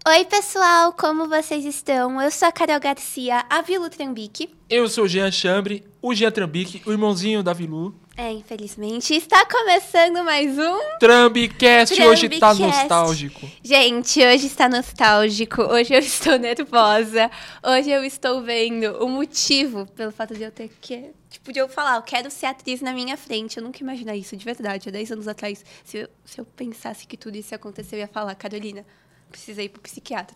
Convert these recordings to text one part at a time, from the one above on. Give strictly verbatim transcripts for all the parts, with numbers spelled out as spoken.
Oi, pessoal, como vocês estão? Eu sou a Carol Garcia, a Vilu Trambique. Eu sou o Jean Chambre, o Jean Trambique, o irmãozinho da Vilu. É, infelizmente, está começando mais um... Trambicast, Trambicast. Hoje tá nostálgico. Gente, hoje está nostálgico, hoje eu estou nervosa, hoje eu estou vendo o motivo pelo fato de eu ter que... Tipo, de eu falar, eu quero ser atriz na minha frente. Eu nunca imaginei isso, de verdade. Há dez anos atrás, se eu, se eu pensasse que tudo isso ia acontecer, eu ia falar, Carolina, precisa ir pro psiquiatra.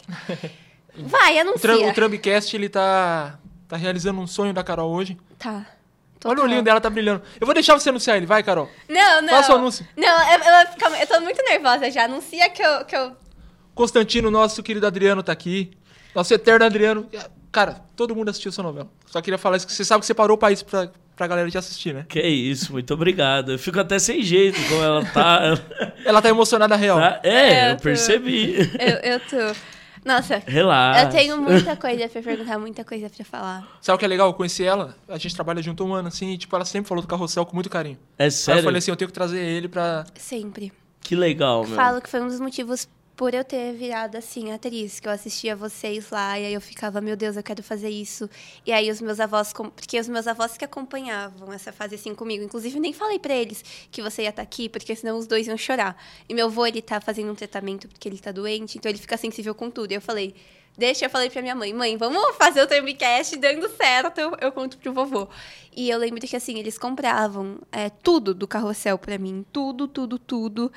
Vai, anuncia. O, Tram, o Trambicast, ele tá, tá realizando um sonho da Carol hoje. Tá. Olha o olhinho dela, tá brilhando. Eu vou deixar você anunciar ele, vai, Carol. Não, não. Faça o anúncio. Não, eu, eu, eu tô muito nervosa já. Anuncia que eu, que eu... Constantino, nosso querido Adriano, tá aqui. Nosso eterno Adriano. Cara, todo mundo assistiu essa novela. Só queria falar isso, que você sabe que você parou o país pra, pra galera de assistir, né? Que isso, muito obrigado. Eu fico até sem jeito como ela tá. Ela tá emocionada real. Tá? É, eu eu tô. percebi. Eu, eu tô... Nossa, Relaxa. eu tenho muita coisa pra perguntar, muita coisa pra falar. Sabe o que é legal? Eu conheci ela, a gente trabalha junto há um ano, assim, e tipo, ela sempre falou do Carrossel com muito carinho. É Aí sério? eu falei assim, eu tenho que trazer ele pra... Sempre. Que legal, meu. Falo que foi um dos motivos por eu ter virado, assim, atriz. Que eu assistia vocês lá e aí eu ficava, meu Deus, eu quero fazer isso. E aí os meus avós... Porque os meus avós que acompanhavam essa fase, assim, comigo. Inclusive, nem falei pra eles que você ia estar aqui, porque senão os dois iam chorar. E meu avô, ele tá fazendo um tratamento porque ele tá doente, então ele fica sensível com tudo. E eu falei... Deixa, eu falei pra minha mãe, mãe, vamos fazer o Trambicast, dando certo, eu, eu conto pro vovô. E eu lembro que, assim, eles compravam é, tudo do Carrossel pra mim, tudo, tudo, tudo,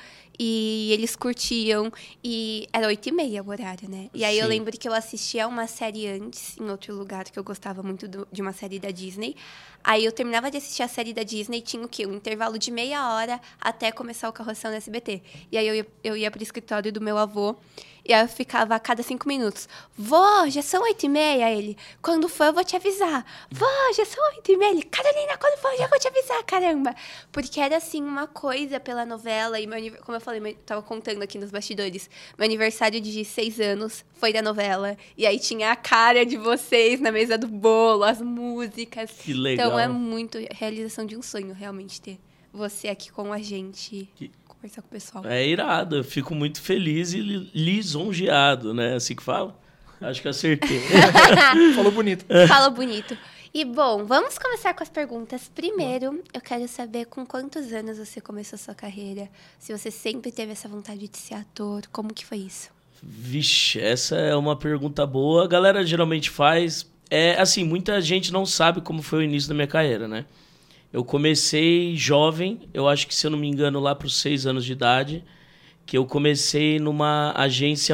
e eles curtiam, e era oito e meia o horário, né? E aí Sim. eu lembro que eu assistia uma série antes, em outro lugar, que eu gostava muito do, de uma série da Disney. Aí eu terminava de assistir a série da Disney, tinha o quê? Um intervalo de meia hora até começar o Carrossel no S B T. E aí eu ia, eu ia pro escritório do meu avô, e aí eu ficava a cada cinco minutos. Vó, já são oito e meia, ele. Quando for, eu vou te avisar. Vó, já são oito e meia, ele. Carolina, quando for, eu já vou te avisar, caramba. Porque era, assim, uma coisa pela novela. E, meu, como eu falei, eu tava contando aqui nos bastidores. Meu aniversário de seis anos foi da novela. E aí tinha a cara de vocês na mesa do bolo, as músicas. Que legal. Então é muito realização de um sonho, realmente, ter você aqui com a gente. Que... Conversar com o pessoal. É irado, eu fico muito feliz e li- lisonjeado, né? Assim que fala? Acho que acertei. Falou bonito. Fala bonito. E, bom, vamos começar com as perguntas. Primeiro, eu quero saber com quantos anos você começou a sua carreira, se você sempre teve essa vontade de ser ator, como que foi isso? Vixe, essa é uma pergunta boa. A galera geralmente faz... É assim, muita gente não sabe como foi o início da minha carreira, né? Eu comecei jovem, eu acho que, se eu não me engano, lá para os seis anos de idade, que eu comecei numa agência,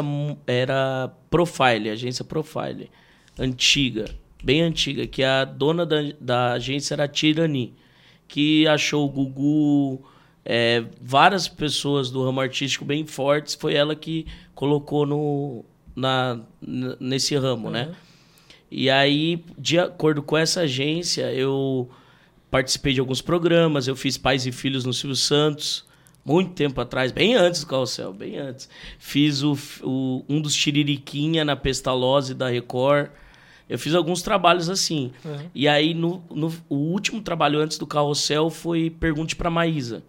era Profile, agência Profile, antiga, bem antiga, que a dona da, da agência era a Tirani, que achou o Gugu, é, várias pessoas do ramo artístico bem fortes, foi ela que colocou no, na, nesse ramo, uhum. né? E aí, de acordo com essa agência, eu... participei de alguns programas, eu fiz Pais e Filhos no Silvio Santos, muito tempo atrás, bem antes do Carrossel, bem antes. Fiz o, o, um dos Tiririquinha na Pestalozzi da Record. Eu fiz alguns trabalhos assim. Uhum. E aí, no, no, o último trabalho antes do Carrossel foi Pergunte pra Maísa.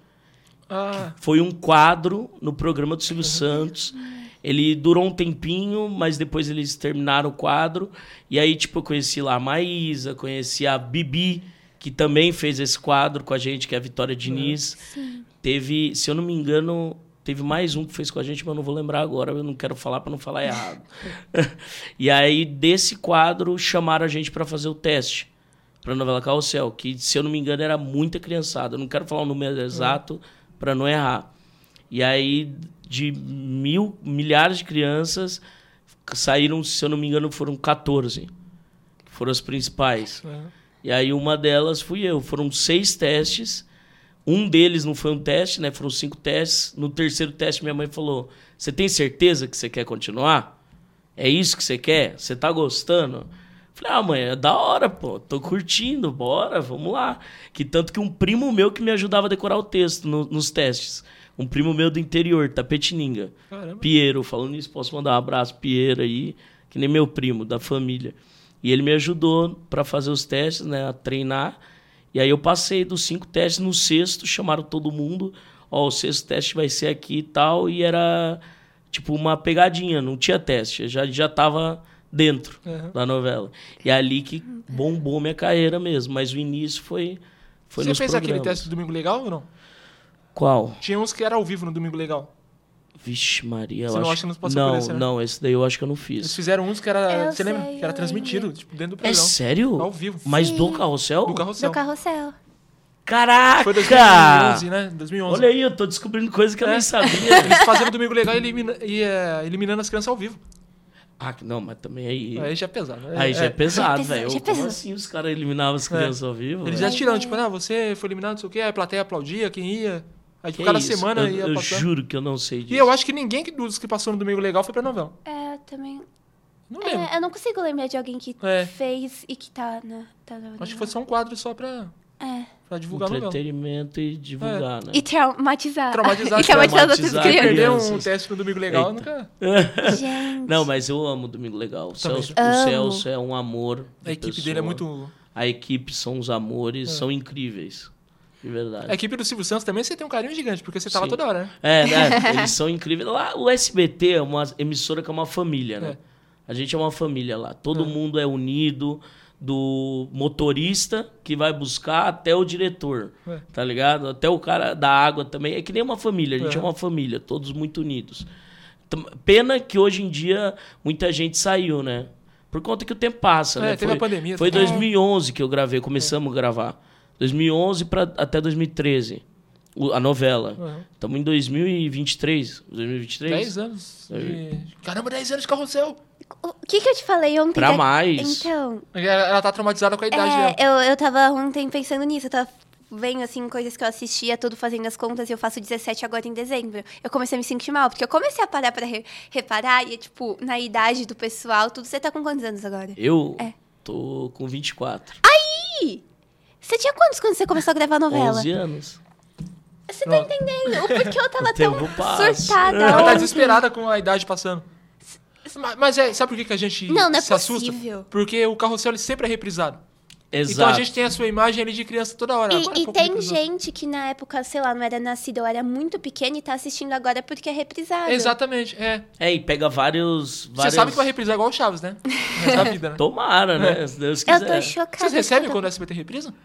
Ah. Foi um quadro no programa do Silvio uhum. Santos. Ele durou um tempinho, mas depois eles terminaram o quadro. E aí, tipo, eu conheci lá a Maísa, conheci a Bibi, que também fez esse quadro com a gente, que é a Vitória Diniz. Sim. Teve, se eu não me engano, teve mais um que fez com a gente, mas eu não vou lembrar agora, eu não quero falar para não falar errado. E aí, desse quadro, chamaram a gente para fazer o teste para a novela Carrossel, que, se eu não me engano, era muita criançada. Eu não quero falar o número exato para não errar. E aí, de mil, milhares de crianças, saíram, se eu não me engano, foram quatorze. Foram as principais. Uhum. E aí uma delas fui eu. Foram seis testes. Um deles não foi um teste, né? Foram cinco testes. No terceiro teste, minha mãe falou: você tem certeza que você quer continuar? É isso que você quer? Você tá gostando? Falei, ah, mãe, é da hora, pô. Tô curtindo, bora, vamos lá. Que tanto que um primo meu que me ajudava a decorar o texto no, nos testes. Um primo meu do interior, Tapetininga. Caramba. Piero, falando nisso, posso mandar um abraço, Piero aí, que nem meu primo, da família. E ele me ajudou para fazer os testes, né, a treinar. E aí eu passei dos cinco testes. No sexto, chamaram todo mundo. Ó, o sexto teste vai ser aqui e tal. E era tipo, uma pegadinha, não tinha teste. Eu já, já tava dentro Uhum. da novela. E é ali que bombou minha carreira mesmo. Mas o início foi, foi Você nos fez programas. aquele teste do Domingo Legal ou não? Qual? Tinha uns que era ao vivo no Domingo Legal. Vixe Maria, Você eu não acho... acha que não passou não, por esse, né? não, esse daí eu acho que eu não Eles fiz. fizeram uns que era. Eu Você lembra? sei, Que era eu transmitido, lembro. tipo, dentro do É programa. sério? Ao vivo. Mas Sim. do Carrossel? Do Carrossel. Do carrossel. Caraca! Foi dois mil e onze, né? dois mil e onze. Olha aí, eu tô descobrindo coisa que eu É. nem sabia. Eles fazendo Domingo Legal e elimina, e, é, eliminando as crianças ao vivo. Ah, não, mas também aí... Aí já é pesado. né? Aí já é pesado, Já é velho. pesado, já é Como pesado. assim os caras eliminavam as crianças ao vivo? Eles velho? já tirando, tipo, ah, você foi eliminado, não sei o quê, aí a plateia aplaudia, quem ia. Aí tipo, Que cada isso? semana eu, ia eu passando. juro que eu não sei disso. E eu acho que ninguém que- dos que passou no Domingo Legal foi pra novela. É, também. Não lembro. É, eu não consigo lembrar de alguém que É. fez e que tá na. Tá na Acho que foi só um quadro só pra, É. pra divulgar a novela. Entretenimento e divulgar, né? E traumatizar. Traumatizar, E traumatizar outras traumatizar Quem crianças. perdeu um crianças. teste no Domingo Legal, Eita. nunca... Gente. Não, mas eu amo o Domingo Legal. O Também. Celso, o Amo. Celso é um amor. de A equipe pessoa. dele é muito... A equipe são os amores, É. são incríveis. De verdade. A equipe do Silvio Santos também você tem um carinho gigante, porque você tava Sim. toda hora, né? É, né? Eles são incríveis. Lá, o S B T é uma emissora que é uma família, né? É. A gente é uma família lá. Todo É. mundo é unido, do motorista que vai buscar até o diretor, É. tá ligado? Até o cara da água também. É que nem uma família, a gente é, É. uma família, todos muito unidos. Tam- Pena que hoje em dia muita gente saiu, né? Por conta que o tempo passa, É, né? teve Foi, a pandemia foi também. dois mil e onze que eu gravei, começamos a gravar. dois mil e onze pra, até dois mil e treze, o- a novela. Uhum. Estamos em dois mil e vinte e três. dois mil e vinte e três? dez anos. de- Caramba, dez anos de carrossel. O que, que eu te falei ontem? Pra da- mais. Então, Ela, ela tá traumatizada com a idade é, dela. eu, eu tava ontem pensando nisso. Eu tava vendo, assim, coisas que eu assistia, tudo fazendo as contas, e eu faço dezessete agora em dezembro. Eu comecei a me sentir mal, porque eu comecei a parar pra re- reparar, e, tipo, na idade do pessoal, tudo. Você tá com quantos anos agora? Eu É. tô com vinte e quatro. Ih! Você tinha quantos quando você começou a gravar a novela? onze anos. Você tá entendendo? Porque eu tava O tão tempo passa. surtada Ela tá ontem. desesperada com a idade passando. Mas, mas é, sabe por que, que a gente Não, não é se assusta? possível. Porque o carrossel ele sempre é reprisado. Exato. Então a gente tem a sua imagem ali de criança toda hora. Agora há E, e pouco tem reprisou. gente que na época, sei lá, não era nascida ou era muito pequena e tá assistindo agora porque é reprisado. Exatamente, é. É, e pega vários... Você várias... sabe que vai reprisar igual o Chaves, né? No resto da vida, né? Tomara, né? É. Se Deus Eu quiser. tô chocada. Vocês recebem com quando o S B T reprisa?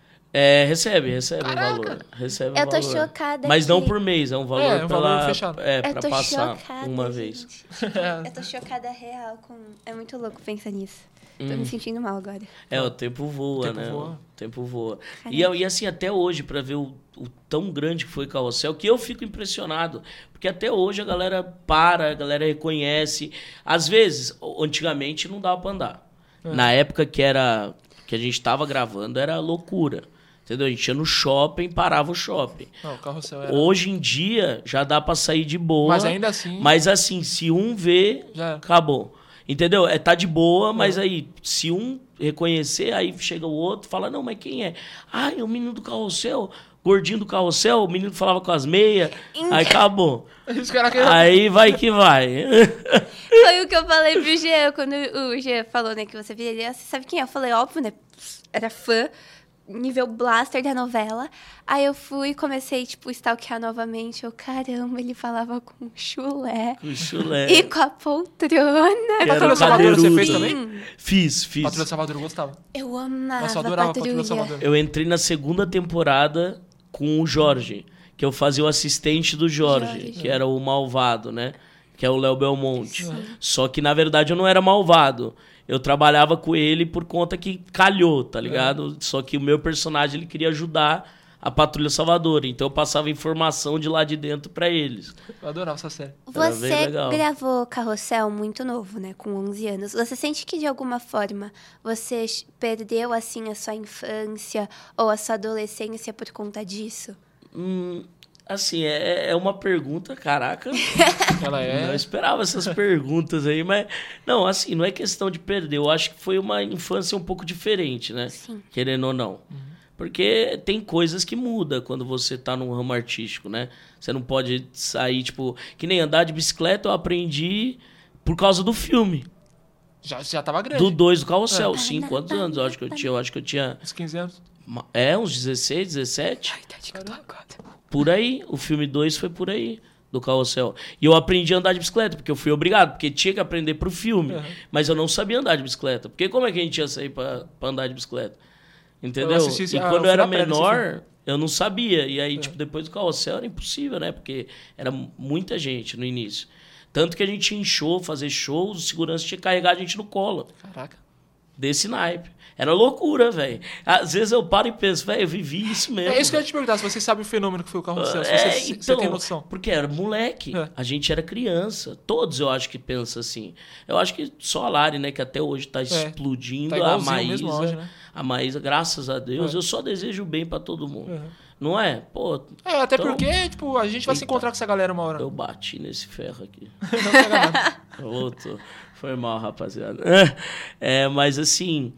É, recebe, recebe Caraca. o valor. Recebe Eu o tô valor. chocada Mas não que- por mês, é um valor, É, é um pela... valor fechado. É, Eu pra tô passar chocada, uma gente. vez. Eu tô chocada real com... É muito louco pensar nisso. Tô Hum. me sentindo mal agora. É, o tempo voa, O tempo né? voa. O tempo voa. Caraca. E, e assim, até hoje, pra ver o, o tão grande que foi o Carrossel, que eu fico impressionado. Porque até hoje a galera para, a galera reconhece. Às vezes, o- antigamente não dava pra andar. É. Na época que era que a gente tava gravando, era loucura. Entendeu? A gente ia no shopping, parava o shopping. Não, o carrossel era... Hoje em dia, já dá pra sair de boa. Mas ainda assim... Mas assim, se um vê, Já era. acabou. Entendeu? É, tá de boa, mas aí, se um reconhecer, aí chega o outro, fala, não, mas quem é? Ah, é o menino do carrossel, gordinho do carrossel, o menino falava com as meias, aí acabou. Os caras que... Aí vai que vai. Foi o que eu falei pro G, quando o G falou, né, que você via ele. Você sabe quem é? Eu falei, óbvio, né? Era fã, nível blaster da novela. Aí eu fui e comecei, tipo, stalkear novamente. Eu, caramba, ele falava com chulé. O chulé. E com a poltrona. Que era Patrulha o Salvador você cadeirudo. fez também? Fiz, fiz. Patrulha Salvador eu gostava. Eu amava Nossa, eu a adorava patrulha. Patrulha Salvador. Eu entrei na segunda temporada com o Jorge, que eu fazia o assistente do Jorge, Jorge. que era o malvado, né? Que é o Léo Belmonte. Só que, na verdade, eu não era malvado. Eu trabalhava com ele por conta que calhou, tá ligado? Só que o meu personagem, ele queria ajudar a Patrulha Salvador. Então, eu passava informação de lá de dentro pra eles. Eu adorava essa série. Era bem Você legal. gravou Carrossel muito novo, né? Com onze anos. Você sente que, de alguma forma, você perdeu, assim, a sua infância ou a sua adolescência por conta disso? Hum, assim, é, é uma pergunta, caraca... Ela é... Não esperava essas perguntas aí, mas... Não, assim, não é questão de perder. Eu acho que foi uma infância um pouco diferente, né? Sim. Querendo ou não. Porque tem coisas que mudam quando você tá num ramo artístico, né? Você não pode sair, tipo... Que nem andar de bicicleta eu aprendi por causa do filme. Já, já tava grande. Do dois do Carrossel. É. Sim, quantos anos? Eu acho que eu tinha... Eu acho que eu tinha... Uns quinze anos. uma- É, uns dezesseis, dezessete? A idade que eu tô agora. Por aí. O filme dois foi por aí. do Carrossel. E eu aprendi a andar de bicicleta, porque eu fui obrigado, porque tinha que aprender pro filme. Uhum. Mas eu não sabia andar de bicicleta. Porque como é que a gente ia sair pra, pra andar de bicicleta? Entendeu? Eu assisti- e ah, quando eu eu fui era na praia desse menor, eu não sabia. E aí, É. tipo, depois do Carrossel era impossível, né? Porque era muita gente no início. Tanto que a gente ia em show, fazer shows, o segurança tinha que carregar a gente no colo. Caraca. Desse naipe. Era loucura, velho. Às vezes eu paro e penso, velho, eu vivi isso mesmo. É isso que eu ia velho. te perguntar, se você sabe o fenômeno que foi o Carrossel, se É, você, se você então, tem noção. porque era moleque, É. a gente era criança. Todos eu acho que pensam assim. Eu acho que só a Lari, né, que até hoje tá explodindo, Tá a igualzinho, Maísa, mesmo auge, né? a Maísa, graças a Deus, É. eu só desejo o bem pra todo mundo. Uhum. Não é? Pô, É, até então, porque, tipo, a gente vai se Eita. encontrar com essa galera uma hora. eu bati nesse ferro aqui. Não pega nada. Outro. Foi mal, rapaziada. É, mas assim,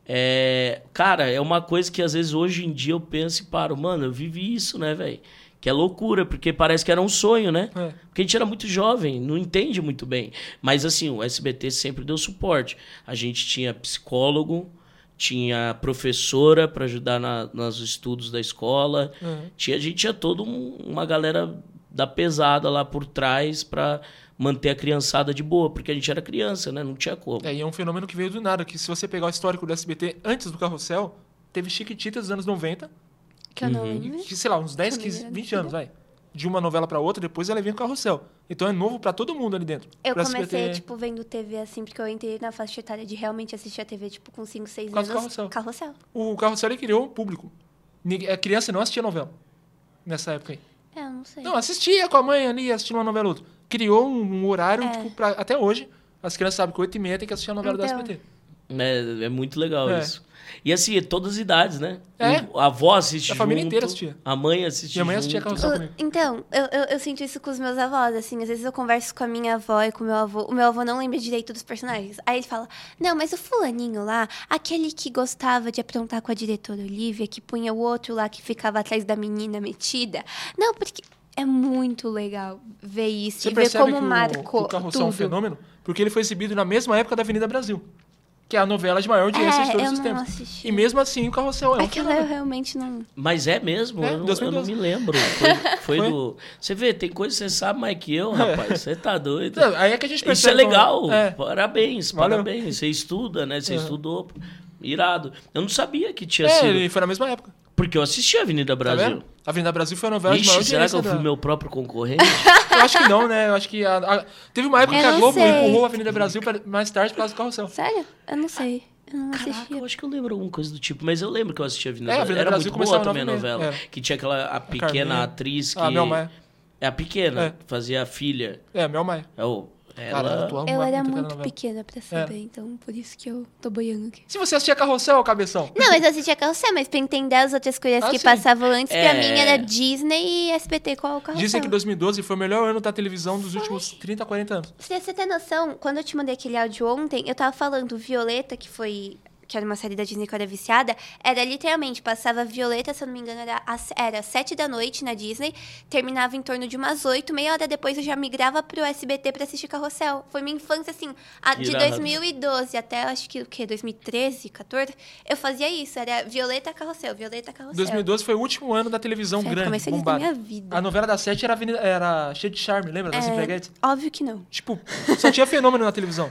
é, cara, é uma coisa que às vezes hoje em dia eu penso e paro, mano, eu vivi isso, né, velho? Que é loucura, porque parece que era um sonho, né? É. Porque a gente era muito jovem, não entende muito bem. Mas assim, o S B T sempre deu suporte. A gente tinha psicólogo, tinha professora para ajudar na, nos estudos da escola. Uhum. Tinha, a gente tinha toda um- uma galera da pesada lá por trás para manter a criançada de boa, porque a gente era criança, né? Não tinha como. É, e é um fenômeno que veio do nada, que se você pegar o histórico do S B T antes do Carrossel, teve Chiquititas dos anos noventa, Que eu não Uhum. lembro. que, sei lá, uns dez, Também quinze, era vinte nascida. anos, vai. De uma novela pra outra, depois ela vem com o Carrossel. Então é novo pra todo mundo ali dentro. Eu Pro comecei, S B T, tipo, vendo T V assim, porque eu entrei na faixa etária de realmente assistir a T V, tipo, com cinco, seis Por causa anos. do Carrossel. Carrossel. O Carrossel ele criou um público. Ninguém- A criança não assistia novela nessa época aí. É, eu não sei. Não, assistia com a mãe ali, assistindo uma novela ou outra. Criou um, um horário, É. tipo, pra, até hoje, as crianças sabem que oito e meia tem que assistir a novela Então. do S B T. É, é muito legal É. isso. E assim, todas as idades, né? É. O- A avó assiste A família junto, inteira assistia. A mãe assiste Minha mãe junto. assistia Carrossel Uh, comigo. Então, eu, eu, eu sinto isso com os meus avós, assim, às vezes eu converso com a minha avó e com o meu avô, o meu avô não lembra direito dos personagens. Aí ele fala, não, mas o fulaninho lá, aquele que gostava de aprontar com a diretora Olivia, que punha o outro lá que ficava atrás da menina metida. Não, porque é muito legal ver isso Você e ver percebe como que o, marcou que o Carrossel é um tudo. fenômeno? Porque ele foi exibido na mesma época da Avenida Brasil, que é a novela de maior audiência É, de todos eu os não tempos. assisti. E mesmo assim, o Carrossel é um Aquela eu fenômeno. realmente não... Mas é mesmo? É, eu, não, dois mil e eu não doze. me lembro. Foi, foi Foi? do... Você vê, tem coisa que você sabe mais que eu, rapaz. Você tá doido. Não, aí é que a gente Isso percebe... é legal. como- É. Parabéns, Valeu. parabéns. Você estuda, né? Você É. estudou. Irado. Eu não sabia que tinha É, sido. ele foi na mesma época. Porque eu assisti a Avenida Tá Brasil. vendo? A Avenida Brasil foi a novela de maior Ixi, será audiência. que eu fui da- meu próprio concorrente? Eu acho que não, né? Eu acho que... A, a- Teve uma época Eu que a não Globo sei. empurrou a Avenida Brasil pra- mais tarde por causa do Carrossel. Sério? Eu não sei. Eu não Caraca, assistia. eu acho que eu lembro alguma coisa do tipo. Mas eu lembro que eu assisti a Avenida É, a Brasil. Avenida Era Brasil muito boa começava também a nove e meia. novela. Era. Que tinha aquela a pequena Carminha. atriz que... Ah, Mel Maia. É a pequena, É. que fazia a filha. É, Mel Maia. É o... Cara, ela Ela... atuava Eu era naquela muito novela. pequena pra saber, então por isso que eu tô boiando aqui. Se você assistia Carrossel, Cabeção... Não, mas eu assistia Carrossel, mas pra entender as outras coisas Ah, que sim. passavam antes, pra É. mim era Disney e S B T, qual é o Carrossel? Dizem que dois mil e doze foi o melhor ano da televisão dos últimos trinta, quarenta anos. Se você tem noção, quando eu te mandei aquele áudio ontem, eu tava falando Violeta, que foi... que era uma série da Disney que eu era viciada, era literalmente, passava Violeta, se eu não me engano, era, às- era sete da noite na Disney, terminava em torno de umas oito, meia hora depois eu já migrava pro S B T pra assistir Carrossel. Foi minha infância, assim, a- de Irado. dois mil e doze até, acho que, o quê, dois mil e treze, quatorze, eu fazia isso, era Violeta, Carrossel, Violeta, Carrossel. dois mil e doze foi o último ano da televisão Foi a época grande, mais feliz da bombada. minha vida. A novela das sete era, Avenida, era cheia de charme, lembra? Das É, empreguetes. óbvio que não. Tipo, só tinha fenômeno na televisão.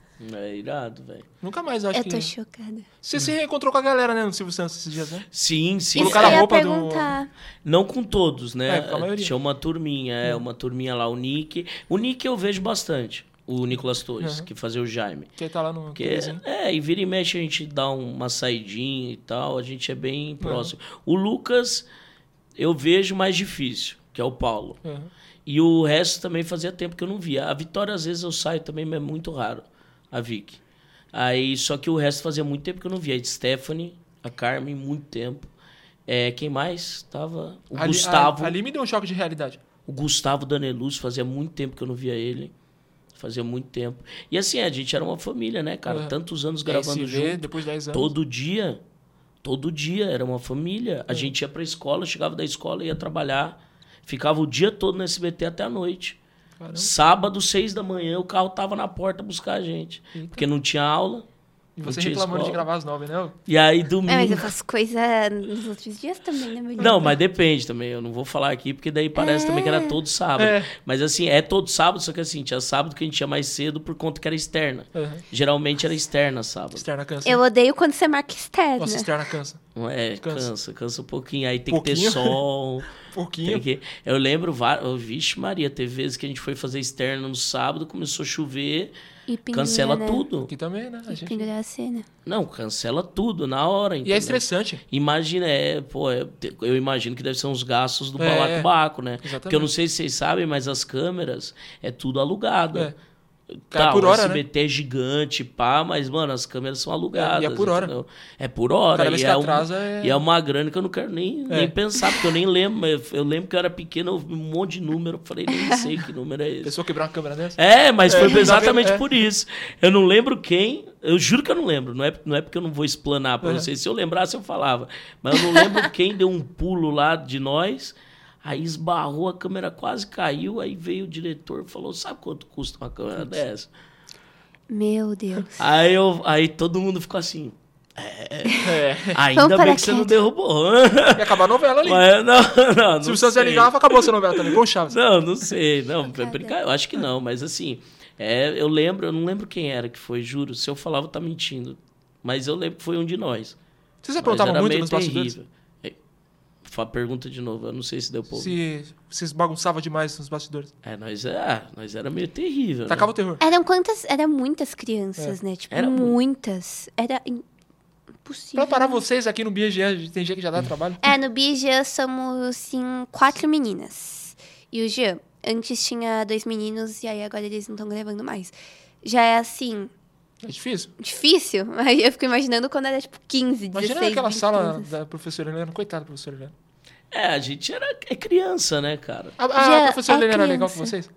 É irado, velho. Nunca mais, eu acho Eu que... tô chocada. Você se reencontrou com a galera, né, no Silvio Santos esses dias, né? Sim, sim. Isso Colocaram que eu a ia roupa do- perguntar. Não com todos, né? É, com a maioria. Tinha uma turminha, é, uma turminha lá, o Nick. O Nick eu vejo bastante, o Nicolas Torres, Uhum. que fazia o Jaime. Que tá lá no... Porque, televisinho. é, e vira e mexe a gente dá uma saidinha e tal, a gente é bem próximo. O Lucas eu vejo mais difícil, que é o Paulo. Uhum. E o resto também fazia tempo que eu não via. A Vitória, às vezes, eu saio também, mas é muito raro. A Vicky. Aí, só que o resto fazia muito tempo que eu não via. A Stephanie, a Carmen, muito tempo. É, quem mais? Tava o Ali- Gustavo. a- Ali me deu um choque de realidade. O Gustavo Daneluz, fazia muito tempo que eu não via ele. Fazia muito tempo. E assim, a gente era uma família, né, cara? Uhum. Tantos anos Aí gravando se vê, junto. depois de dez anos. Todo dia. Todo dia. Era uma família. Uhum. A gente ia pra escola, chegava da escola, ia trabalhar. Ficava o dia todo no S B T até a noite. Caramba. Sábado, seis da manhã, o carro tava na porta buscar a gente. Eita. Porque não tinha aula. E você Não tinha reclamando de escola. gravar às nove, né? E aí, É, domingo... mas eu faço coisa nos outros dias também, né, meu Não, mas depende também. Eu não vou falar aqui, porque daí parece É. também que era todo sábado. É. Mas assim, é todo sábado, só que assim, tinha sábado que a gente ia mais cedo por conta que era externa. Uhum. Geralmente era externa sábado. Externa cansa. Eu odeio quando você marca externa. Nossa, externa cansa. Não é, Cansa. cansa, cansa um pouquinho. Aí tem que ter Pouquinho? sol. Pouquinho. tem que... Eu lembro, va- oh, vixe Maria, teve vezes que a gente foi fazer externa no sábado, começou a chover, E pendura, cancela né? tudo. Aqui também, né? A E gente... pendurar a cena. Não, cancela tudo na hora. E entendeu? é estressante. Imagina, é, pô, é, te- eu imagino que deve ser uns gastos do É, balacobaco, né? exatamente. Porque eu não sei se vocês sabem, mas as câmeras é tudo alugado. É. Tá, É por o hora, S B T é gigante, pá, mas, mano, as câmeras são alugadas. É, e é por hora. entendeu? É por hora. Cada vez e que é um- atrasa é- E é uma grana que eu não quero nem, É. nem pensar, porque eu nem lembro. mas Eu lembro que eu era pequeno, eu vi um monte de número, eu falei, nem sei que número é esse. Pessoa quebrar uma câmera dessa? É, mas É, foi tá exatamente vendo? É. por isso. Eu não lembro quem, eu juro que eu não lembro. Não é, não é porque eu não vou explanar pra Uhum. vocês. Se eu lembrasse, eu falava. Mas eu não lembro quem deu um pulo lá de nós, aí esbarrou, a câmera quase caiu, aí veio o diretor e falou: sabe quanto custa uma câmera dessa? Meu Deus. Aí, eu, aí todo mundo ficou assim. É. Ainda Vamos bem para que você não quieto. derrubou. Ia acabar a novela ali. Mas, não, não, não Se o Santos ia sei. ligar, acabou essa novela também. Igual o Chaves. Não, não sei. Não, foi brincar, eu acho que não, mas assim, é, eu lembro, eu não lembro quem era que foi, juro. Se eu falava, tá mentindo. Mas eu lembro que foi um de nós. Vocês Mas aprontavam era muito meio nos bastidores? terrível. É, fa- pergunta de novo, eu não sei se deu pouco. Se vocês bagunçavam demais nos bastidores. É, nós, é, nós era meio terrível. Tacava o Né? terror. Eram quantas... Eram muitas crianças, né? Tipo, Era muito. muitas. Era im- impossível. Pra parar vocês aqui no B G A, tem gente que já dá trabalho. É, no B I G somos, assim, quatro meninas. E o Jean, antes tinha dois meninos e aí agora eles não estão gravando mais. Já é, assim, É difícil. difícil. Aí eu fico imaginando quando era, tipo, quinze, Imagina dezesseis, aquela vinte sala crianças. da professora Helena. Coitada da professora Helena. É, a gente era é criança, né, cara? A, a Já professora é Helena era legal criança. com vocês?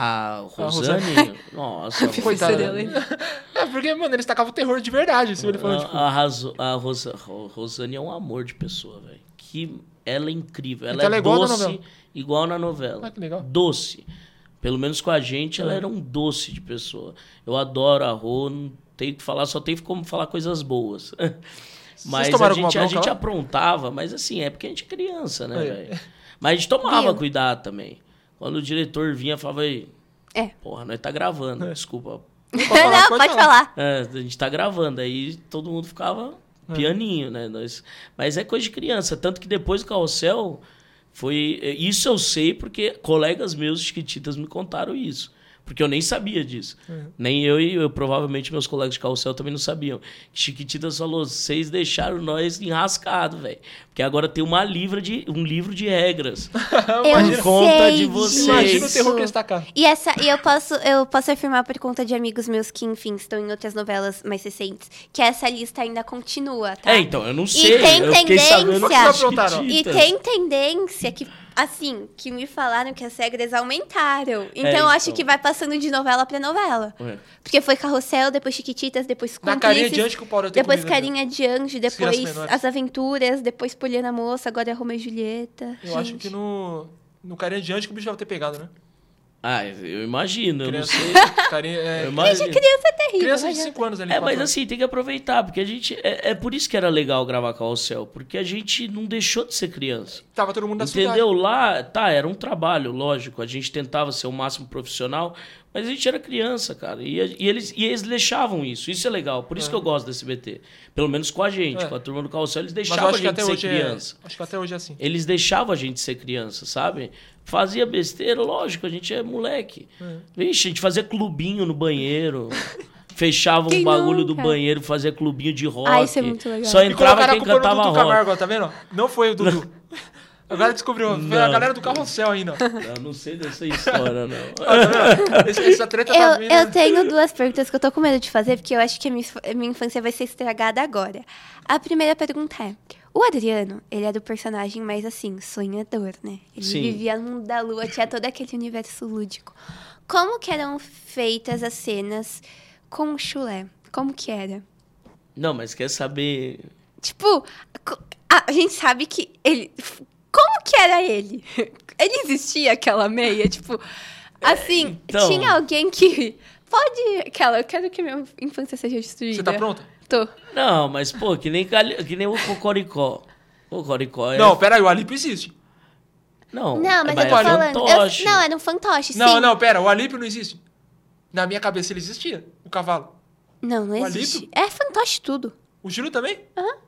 A Rosane. Rosane, nossa. Coitada. Helena. É, porque, mano, eles tacavam o terror de verdade. Assim, ele falando, tipo... A, a, Razo- a Rosa- Ro- Rosane é um amor de pessoa, velho. Que ela é incrível. Ela Então ela é é igual na doce, novela. igual na novela. Ah, que legal. Doce. Pelo menos com a gente, ela É. era um doce de pessoa. Eu adoro a Rô, não tenho que falar, só tenho como falar coisas boas. Mas a tomaram alguma gente, a bronca gente lá? aprontava, mas assim, é porque a gente é criança, né, É. velho? Mas a gente tomava Viu? cuidado também. Quando o diretor vinha, falava, ei, É. porra, nós tá gravando, É. desculpa. falar, não, pode pode falar. falar. É, a gente tá gravando, aí todo mundo ficava É. pianinho, né? Nós, mas é coisa de criança. Tanto que depois do Carrossel, foi. Isso eu sei porque colegas meus chiquititas me contaram isso. Porque eu nem sabia disso. É. Nem eu e eu, provavelmente meus colegas de Carrossel também não sabiam. Chiquititas falou: vocês deixaram nós enrascados, velho. Porque agora tem uma livra de, um livro de regras. Eu Por conta sei de vocês. Imagina o terror disso. que eles tacaram. E, essa, e eu, posso, eu posso afirmar por conta de amigos meus que, enfim, estão em outras novelas mais recentes, que essa lista ainda continua, tá? É, então, eu não sei. tem eu fiquei sabendo tendência. que aprontaram. E Chiquititas. tem tendência que, assim, que me falaram que as regras aumentaram. Então, É, eu acho então. que vai passando de novela pra novela. É. Porque foi Carrossel, depois Chiquititas, depois Na carinha de Cúmplices, anjo que o Paulo tem depois comigo, né? Carinha de Anjo, Crianças depois menores. As Aventuras, depois Poliana Moça, agora é Romeu e Julieta. Eu acho Gente. que no, no Carinha de Anjo que o bicho vai ter pegado, né? Ah, eu imagino, eu Criança, não sei. carinha, é, Eu imagino. Criança é terrível. criança não de adianta. cinco anos ali. É, quatro mas anos. assim, tem que aproveitar, porque a gente. É, é por isso que era legal gravar Carrossel, porque a gente não deixou de ser criança. Tava todo mundo da Entendeu? Lá, tá, era um trabalho, lógico. A gente tentava ser o máximo profissional, mas a gente era criança, cara. E, a- e eles, e eles deixavam isso. Isso é legal. Por isso É. que eu gosto do S B T. Pelo menos com a gente, É. com a turma do Carrossel, eles Mas eu deixavam a acho que gente até ser hoje criança. é... Acho que até hoje é assim. Eles deixavam a gente ser criança, sabe? Fazia besteira, lógico, a gente é moleque. É. Vixe, a gente fazia clubinho no banheiro. Fechava um Quem bagulho nunca? do banheiro, fazia clubinho de rock. Ah, isso é muito legal. Só E entrava colocaram a quem culpa no cantava Dudu rock. Camargo, ó, tá vendo? Não foi o Dudu. Agora descobriu. Foi a Não. galera do Carrossel ainda. ó. Eu não sei dessa história, não. Ó, tá vendo? Esse- Essa treta tá Eu, vindo. eu tenho duas perguntas que eu tô com medo de fazer, porque eu acho que a minha, a minha infância vai ser estragada agora. A primeira pergunta é: o Adriano, ele é do personagem mais assim, sonhador, né? Ele Sim. vivia no mundo da lua, tinha todo aquele universo lúdico. Como que eram feitas as cenas com o chulé? Como que era? Não, mas quer saber... Tipo, co- a, a gente sabe que ele. Como que era ele? Ele existia aquela meia? Tipo, assim, então- tinha alguém que. Pode. Aquela, eu quero que minha infância seja destruída. Você tá pronta? Tô. Não, mas, pô, que nem, gali- que nem o Cocoricó. O Cocoricó é... Não, pera aí, o Alípio existe. Não, Não, mas é eu tô falando. eu- fantoche. não, era um fantoche, sim. Não, não, pera, o Alípio não existe. Na minha cabeça ele existia, o cavalo. Não, não O existe. Alípio? É fantoche tudo. O Júlio também?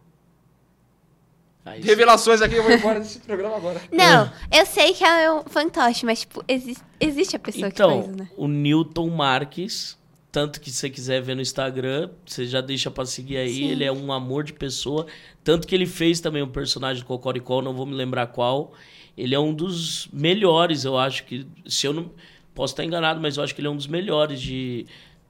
Aí, Revelações aqui, eu vou embora desse programa agora. Não, eu sei que é um fantoche, mas, tipo, existe, existe a pessoa então, que faz, né? o Newton Marques, tanto que se você quiser ver no Instagram, você já deixa pra seguir aí, Sim. ele é um amor de pessoa. Tanto que ele fez também um personagem do Cocoricó, não vou me lembrar qual. Ele é um dos melhores, eu acho que... Se eu não... Posso estar enganado, mas eu acho que ele é um dos melhores de...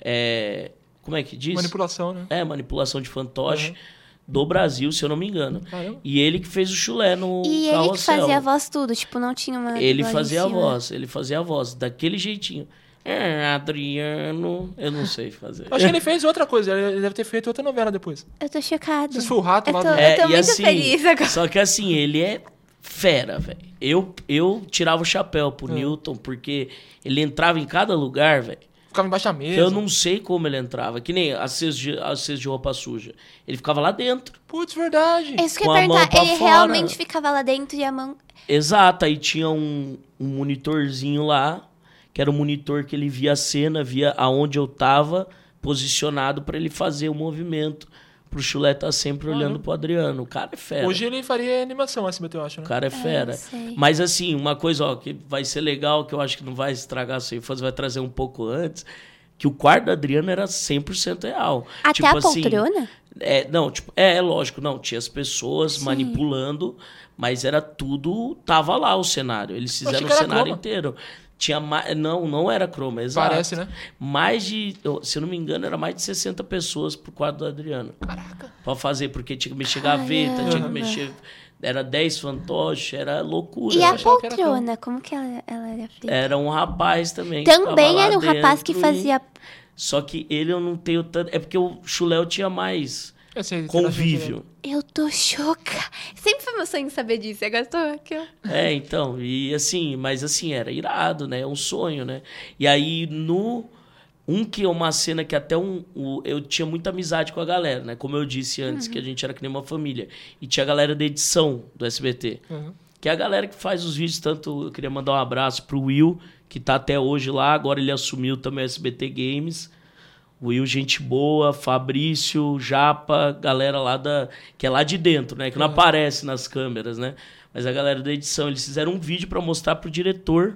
é, como é que diz? Manipulação, né? É, manipulação de fantoche Uhum. do Brasil, se eu não me engano. Caramba. E ele que fez o chulé no E ele que Carrossel. fazia a voz tudo, tipo, não tinha uma Ele dublagem fazia em a cima. voz, ele fazia a voz, daquele jeitinho. É, Adriano... Eu não sei fazer. Acho que ele fez outra coisa, ele deve ter feito outra novela depois. Eu tô chocada. Se foi o rato eu lá tô, do... eu tô e muito assim, feliz agora. Só que assim, ele é fera, velho. Eu, eu tirava o chapéu pro Hum. Newton, porque ele entrava em cada lugar, velho. Ficava embaixo da mesa. Que eu não sei como ele entrava. Que nem a cesta de, a cesta de roupa suja. Ele ficava lá dentro. Putz, verdade. É isso que eu com ia a mão perguntar. pra Ele fora. realmente ficava lá dentro e a mão... Exato, aí tinha um, um monitorzinho lá, que era um monitor que ele via a cena, via aonde eu tava posicionado pra ele fazer o movimento. Pro Chulé tá sempre olhando pro Adriano. O cara é fera. Hoje ele faria animação S B T, eu acho, né? O cara é fera. sei. Mas assim, uma coisa ó, que vai ser legal, que eu acho que não vai estragar a sua infância, vai trazer um pouco antes, que o quarto do Adriano era cem por cento real. Até tipo, a assim, poltrona? É, não, tipo, é, é lógico, não, tinha as pessoas manipulando, mas era tudo, tava lá o cenário. Eles achei fizeram o que era cenário croma. inteiro. Tinha mais, não, não era croma, exato. Parece, né? Mais de, eu- se eu não me engano, era mais de sessenta pessoas pro quarto do Adriano. Caraca. Pra fazer, porque tinha que mexer gaveta, tinha que Caramba. mexer, era dez fantoches, era loucura. E a achava que era poltrona, como que ela, ela era feita? Era um rapaz também. que Também ficava lá era um rapaz que dentro e- fazia... Só que ele eu não tenho tanto. É porque o Chuléu tinha mais Eu sei, convívio. Eu tô chocada. Sempre foi meu sonho saber disso. Agora eu tô aqui, ó. É, então, e assim, mas assim, era irado, né? É um sonho, né? E aí, no. Um que é uma cena que até um. o- eu tinha muita amizade com a galera, né? Como eu disse antes, que a gente era que nem uma família. E tinha a galera da edição do S B T. Uhum. Que é a galera que faz os vídeos, tanto. Eu queria mandar um abraço pro Will, que tá até hoje lá, agora ele assumiu também o S B T Games. Will, gente boa, Fabrício, Japa, galera lá da. Que é lá de dentro, né? Que não aparece nas câmeras, né? Mas a galera da edição, eles fizeram um vídeo pra mostrar pro diretor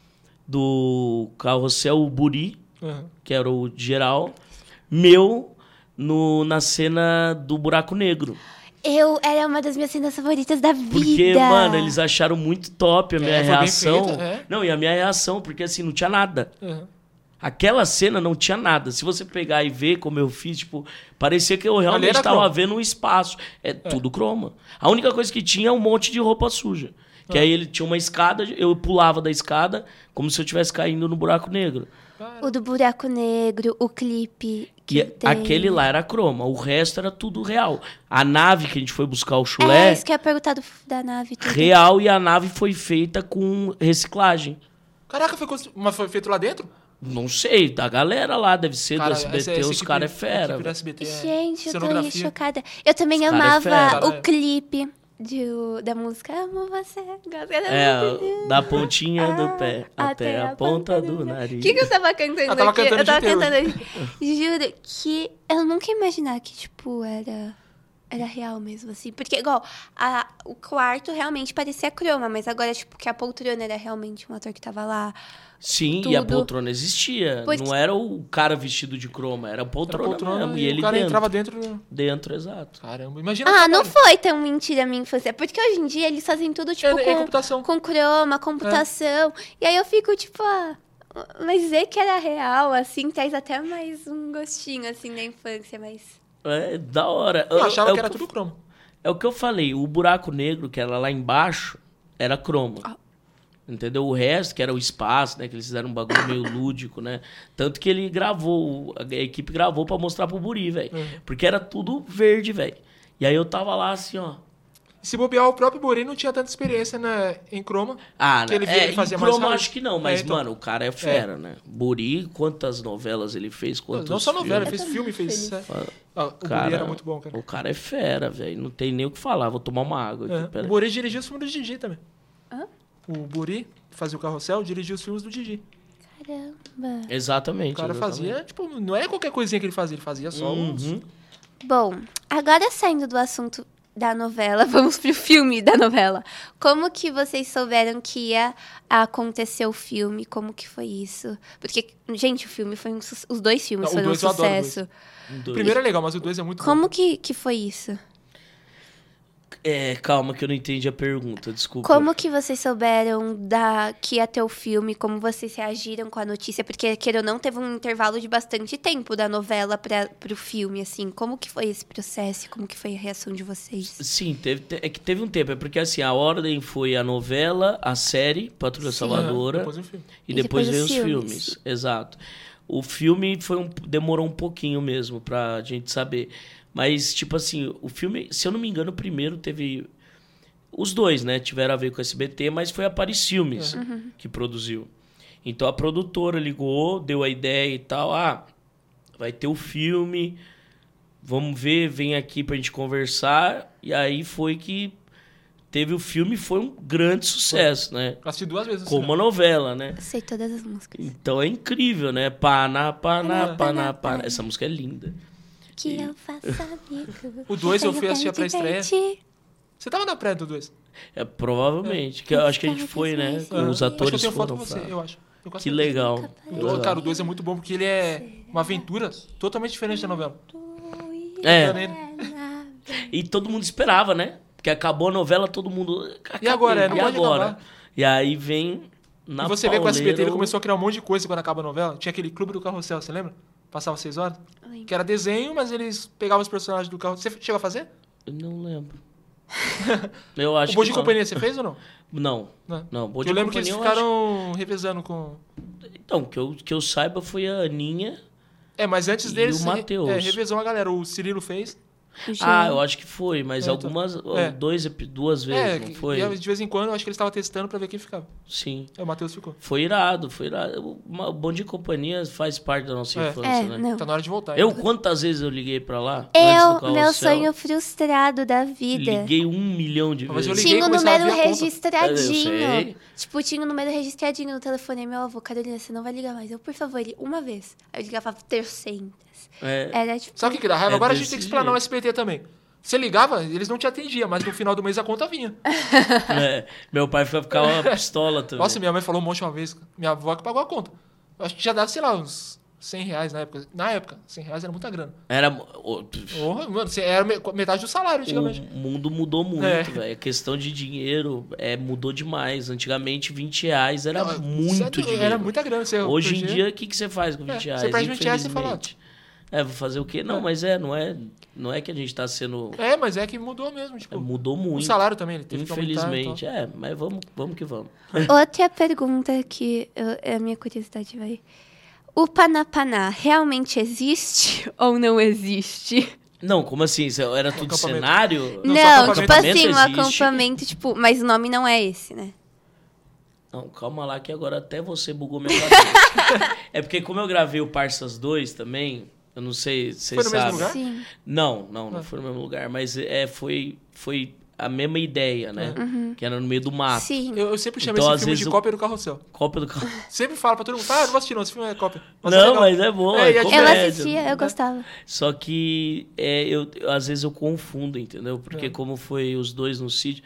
do Carrossel, o Buri, Uhum. que era o geral, meu, no, na cena do Buraco Negro. Eu era uma das minhas cenas favoritas da vida. Porque, mano, eles acharam muito top a minha É, foi bem reação. feito, é. Não, e a minha reação, porque assim, não tinha nada. Uhum. Aquela cena não tinha nada. Se você pegar e ver como eu fiz, tipo, parecia que eu realmente era estava croma. vendo um espaço. É, tudo croma. A única coisa que tinha é um monte de roupa suja. Que Ah. aí ele tinha uma escada, eu pulava da escada como se eu estivesse caindo no buraco negro. O do Buraco Negro, o clipe que E tem. aquele lá era croma, o resto era tudo real. A nave que a gente foi buscar o É, chulé, isso que eu ia perguntar do, da nave. Tudo. real, e a nave foi feita com reciclagem. Caraca, foi, constru- mas foi feito lá dentro? Não sei, da galera lá, deve ser Cara, do S B T, essa- essa os equipe- caras é fera. equipe do velho. S B T é Gente, eu tô cenografia. chocada. Eu também Esse cara é amava fera. o clipe de, da música Amo Você. Gosto É, da pontinha do pé até, a ponta do O nariz. que, que eu tava cantando Eu tava aqui? cantando eu tava de Deus. cantando. Juro que eu nunca ia imaginar que, tipo, era... Era real mesmo, assim. Porque, igual, a, o quarto realmente parecia croma, mas agora, tipo, que a poltrona era realmente um ator que tava lá. Sim, e a tudo. poltrona existia. Porque- Não era o cara vestido de croma, era a Era poltrona, poltrona mesmo. e E ele o cara dentro. entrava dentro... Dentro, exato. Caramba, imagina... Ah, o não trabalho. foi tão mentira a minha infância. Porque hoje em dia eles fazem tudo, tipo, É, é com, computação. com croma, computação. E aí eu fico, tipo, ah, mas ver que era real, assim, traz até mais um gostinho, assim, da infância, mas... É da hora. Eu achava é que o era eu- tudo cromo. É o que eu falei, o buraco negro, que era lá embaixo, era croma. Ah. Entendeu? O resto, que era o espaço, né? Que eles fizeram um bagulho meio lúdico, né? Tanto que ele gravou, a equipe gravou pra mostrar pro Buri, velho. Uhum. Porque era tudo verde, velho. E aí eu tava lá assim, ó. Se bobear, o próprio Buri não tinha tanta experiência na, em croma. Ah, que ele, é, ele fazia em mais croma rápido. acho que não, mas, É, então. mano, o cara é fera, né? Buri, quantas novelas ele fez, quantos Não só novela, ele filmes. fez filme, fez... feliz. é. Ah, o Cara, Buri era muito bom, cara. O cara é fera, velho. Não tem nem o que falar. Vou tomar uma água aqui. É. Pera O aí. Buri dirigiu os filmes do Didi também. Hã? O Buri, que fazia o Carrossel, dirigiu os filmes do Didi. Caramba. Exatamente. O cara exatamente. fazia, tipo, não é qualquer coisinha que ele fazia, ele fazia só uns... Uhum. Bom, agora saindo do assunto da novela, vamos pro filme da novela. Como que vocês souberam que ia acontecer o filme? Como que foi isso? Porque, gente, o filme foi um su- os dois filmes Não, o foram um dois eu adoro o dois. sucesso. Um, O dois. primeiro é legal, mas o dois é muito Como bom. que, que foi isso? É, calma que eu não entendi a pergunta, desculpa. Como que vocês souberam da, que ia ter o filme? Como vocês reagiram com a notícia? Porque, queira ou não, teve um intervalo de bastante tempo da novela para pro filme, assim. Como que foi esse processo? Como que foi a reação de vocês? Sim, teve, te- é que teve um tempo. É porque assim, a ordem foi a novela, a série, Patrulha Sim. Salvadora, Depois o filme. e E depois, depois veio os os filmes. filmes. Exato. O filme foi um, demorou um pouquinho mesmo pra gente saber. Mas, tipo assim, o filme, se eu não me engano, o primeiro teve... Os dois, né? Tiveram a ver com o S B T, mas foi a Paris Filmes que produziu. Então a produtora ligou, deu a ideia e tal. Ah, vai ter o filme, vamos ver, vem aqui pra gente conversar. E aí foi que teve o filme, foi um grande sucesso, né? Eu assisti duas vezes. no Como cinema. uma novela, né? Eu sei todas as músicas. Então é incrível, né? Paná, paná, É. paná, paná. Essa música é linda. Que eu faço amigo. O dois eu fui Tenho assistir a pra pré-estreia. divertir. Você tava na pré do dois? É, provavelmente. Que eu acho que a gente foi, né? Ah, Os Acho que eu atores tenho foto foram com você, pra... eu acho. Eu quase Que certeza. legal. O- Cara, o dois é muito bom porque ele é uma aventura totalmente diferente da novela. É. Nele. E todo mundo esperava, né? Porque acabou a novela, todo mundo... E agora? Cadê? Não E pode agora? acabar. E aí vem na E você vê que o S B T ele pauleira o- começou a criar um monte de coisa quando acaba a novela. Tinha aquele Clube do Carrossel, você lembra? Passava seis horas. Lembro. Que era desenho, mas eles pegavam os personagens do carro. Você chegou a fazer? Eu não lembro. Eu acho o Bom de que não. Companhia você fez ou não? Não, Não. não. Bom Eu de lembro que Companhia eles eu acho- ficaram revezando com... Então, que eu, que eu saiba foi a Aninha... É, mas antes E deles... o Matheus. É, revezou uma galera. O Cirilo fez. O Ah, Jean. eu acho que foi, mas É, então. algumas... É. Dois, epi- duas vezes, É, não que- foi? e de vez em quando eu acho que eles estavam testando pra ver quem ficava. Sim. É, o Matheus ficou. Foi irado, foi irado. O Bom de Companhia faz parte da nossa É. infância, É, né? não. Tá na hora de voltar. Eu, hein? quantas vezes eu liguei pra lá? antes do Eu, Carrossel? meu sonho frustrado da vida. Liguei um milhão de Mas eu vezes. liguei Tinha o e começava a número ver a conta. Eu registradinho. sei. Tipo, tinha o número registradinho no telefone. Aí meu avô, Carolina, você não vai ligar mais. Eu, por favor, ele, uma vez. Aí eu ligava trezentas. É, Era tipo. Sabe o que, que dá raiva? É Agora a gente desse tem que explanar jeito. o S B T também. Você ligava, eles não te atendiam, mas no final do mês a conta vinha. é. Meu pai foi ficar uma pistola também. Nossa, minha mãe falou um monte uma vez. Minha avó que pagou a conta. Eu acho que já dava, sei lá, uns cem reais na época. Na época, cem reais era muita grana. Era... o- Porra, mano, você era me- metade do salário antigamente. O mundo mudou muito, É. velho. A questão de dinheiro é, mudou demais. Antigamente, vinte reais era Não, muito sério, dinheiro. Era muita grana. Você, Hoje em por dia, o que, que você faz com vinte É, reais? você perde vinte reais e você fala, Infelizmente. É, vou fazer o quê? Não, É. mas é, não é, não é que a gente tá sendo... É, mas é que mudou mesmo. Tipo, é, mudou o muito. salário também, ele teve que aumentar. Infelizmente, é, mas vamos, vamos que vamos. Outra pergunta que eu- é a minha curiosidade vai. O Panapaná realmente existe ou não existe? Não, como assim? Isso Era tudo acampamento. cenário? Não, Não, só tipo acampamento assim, um existe. acampamento, tipo, mas o nome não é esse, né? Não, calma lá que agora até você bugou minha cabeça. É porque como eu gravei o Parsas dois também, eu não sei se Foi vocês no mesmo sabem. lugar? Sim. Não, não, não Ah. foi no mesmo lugar, mas é, foi, foi a mesma ideia, né? Uhum. Que era no meio do mato. Sim. Eu, eu sempre chamei Então, esse às filme vezes, de eu- cópia do Carrossel. Cópia do carro. Sempre falo pra todo mundo, ah, eu não vou assistir não, esse filme é cópia. Mas é Não, legal. mas é bom, É, é, e a comédia. Eu assistia, eu gostava. Só que é, eu, eu- às vezes eu confundo, entendeu? Porque É. como foi os dois no sítio...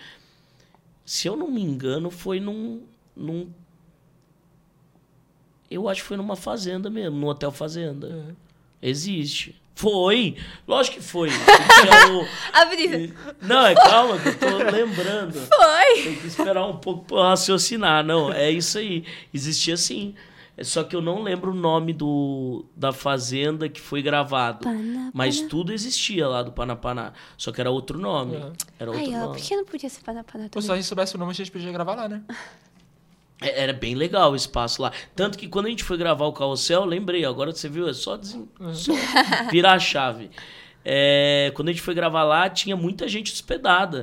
Se eu não me engano, foi num... num eu acho que foi numa fazenda mesmo, num hotel fazenda. É. Existe. Foi! Lógico que foi. Tinha o- A Brisa. Não, é calma que eu tô lembrando. Foi. Tem que esperar um pouco pra raciocinar. Não, é isso aí. Existia sim. É só que eu não lembro o nome do, da fazenda que foi gravado. Panapaná. Mas tudo existia lá do Panapaná. Só que era outro nome. Uhum. Era outro Ai, ó, nome. por que não podia ser Panapaná Pô, se a também? gente soubesse o nome, a gente podia gravar lá, né? É- Era bem legal o espaço lá. Tanto que quando a gente foi gravar o Carrossel, eu lembrei, agora você viu, é só, desen... só virar a chave. É, quando a gente foi gravar lá, tinha muita gente hospedada.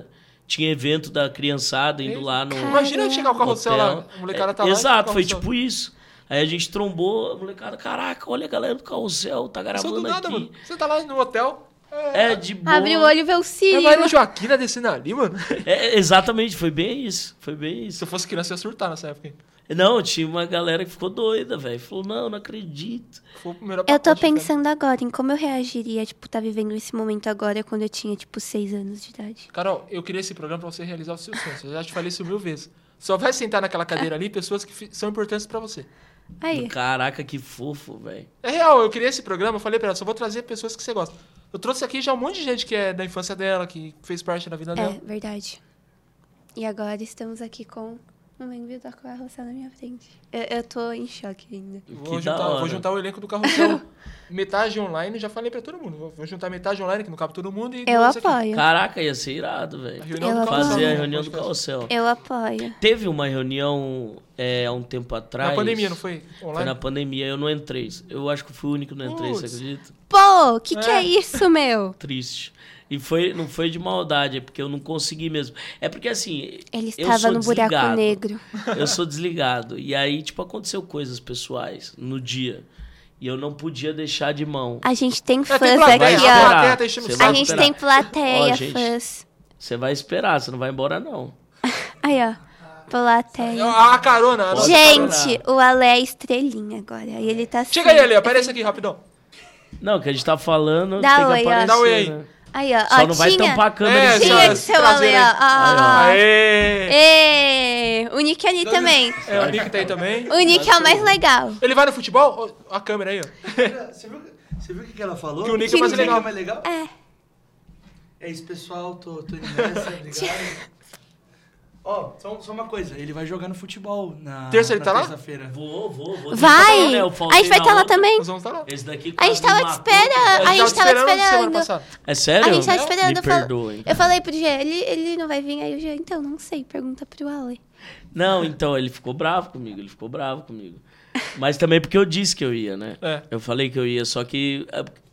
tinha evento da criançada indo lá no Imagina chegar o carrossel hotel. lá, a molecada tá É, lá. exato, foi carrossel. tipo isso. Aí a gente trombou, a molecada, caraca, olha a galera do carrossel, tá Só gravando do nada, aqui. mano. Você tá lá no hotel. É, de boa. Abre o olho e vê o É a Círio. Maria Joaquina descendo ali, mano. É, exatamente, foi bem isso, foi bem Se isso. eu fosse criança, eu ia surtar nessa época. hein? Não, tinha uma galera que ficou doida, velho. Falou, não, não acredito. Foi o primeiro Eu tô pacote, cara. pensando agora em como eu reagiria, tipo, tá vivendo esse momento agora quando eu tinha, tipo, seis anos de idade. Carol, eu queria esse programa pra você realizar os seus sonhos. Eu já te falei isso mil vezes. Só vai sentar naquela cadeira ali pessoas que fi- são importantes pra você. Aí. Caraca, que fofo, velho. É real, eu queria esse programa, eu falei pra ela, só vou trazer pessoas que você gosta. Eu trouxe aqui já um monte de gente que é da infância dela, que fez parte da vida dela. É, verdade. E agora estamos aqui com um membro da carroça na minha frente. Eu, eu tô em choque ainda. Vou Que da juntar, hora. vou juntar o elenco do Carrossel. Metade online, já falei pra todo mundo. Vou- Vou juntar metade online, que não cabe todo mundo. E Eu dois aqui. apoio. Caraca, ia ser irado, A velho. reunião Eu do apoio. Carrossel. Fazer a no reunião do podcast. carrossel. Eu apoio. Teve uma reunião é, há um tempo atrás. Na pandemia, não foi? Foi Online? na pandemia, eu não entrei. Eu acho que eu fui o único que não entrei, Putz. você acredita? Pô, que que é É. isso, meu? Triste. E foi, não foi de maldade, é porque eu não consegui mesmo. É porque assim. Ele eu estava sou no buraco desligado. negro. Eu sou desligado. E aí, tipo, aconteceu coisas pessoais no dia. E eu não podia deixar de mão. A gente tem É, fãs tem plateia, aqui, a ó. plateia tá enchendo o Você saco. A vai gente esperar. tem plateia, Ó, gente. fãs. Você vai esperar, você não vai embora, não. Aí, ó. Plateia. Ah, a carona. a nossa carona. Gente, o Ale é estrelinha agora. E ele tá Chega aí, assim. Ale, aparece aqui, rapidão. Não, que a gente tá falando. Dá tem que oi, ó. aparecer, Dá oi aí. né? Aí, ó. Só ó, não vai tinha, tampar a câmera É, em cima. Tinha só- que ser o Ale, traseiro ó. aí. ó. Aê! Ê, o Nick ali também. É, o Nick tá aí também. O Nick é o mais legal. Ele vai no futebol? Ó, a câmera aí, ó. Você viu, você viu o que que ela falou? Que o Nick é mais Sabe o que legal. é mais legal? É. É isso, pessoal. Tô, tô indo nessa, obrigado. Ó, só, só uma coisa. Ele vai jogar no futebol na, Terça ele na tá lá? terça-feira. Vou, vou, vou. Vai! Né? Eu A faltei gente vai na estar lá outra. também. Nós vamos estar lá. Esse daqui A gente quase tava me te matou. esperando. A gente tava te semana esperando. passada. É sério? A gente tava esperando. Me Eu, fal- perdoem. eu falei pro G, ele, ele não vai vir. Aí o G, então, não sei. Pergunta pro Ale. Não, então, ele ficou bravo comigo, ele ficou bravo comigo. Mas também porque eu disse que eu ia, né? É. Eu falei que eu ia, só que...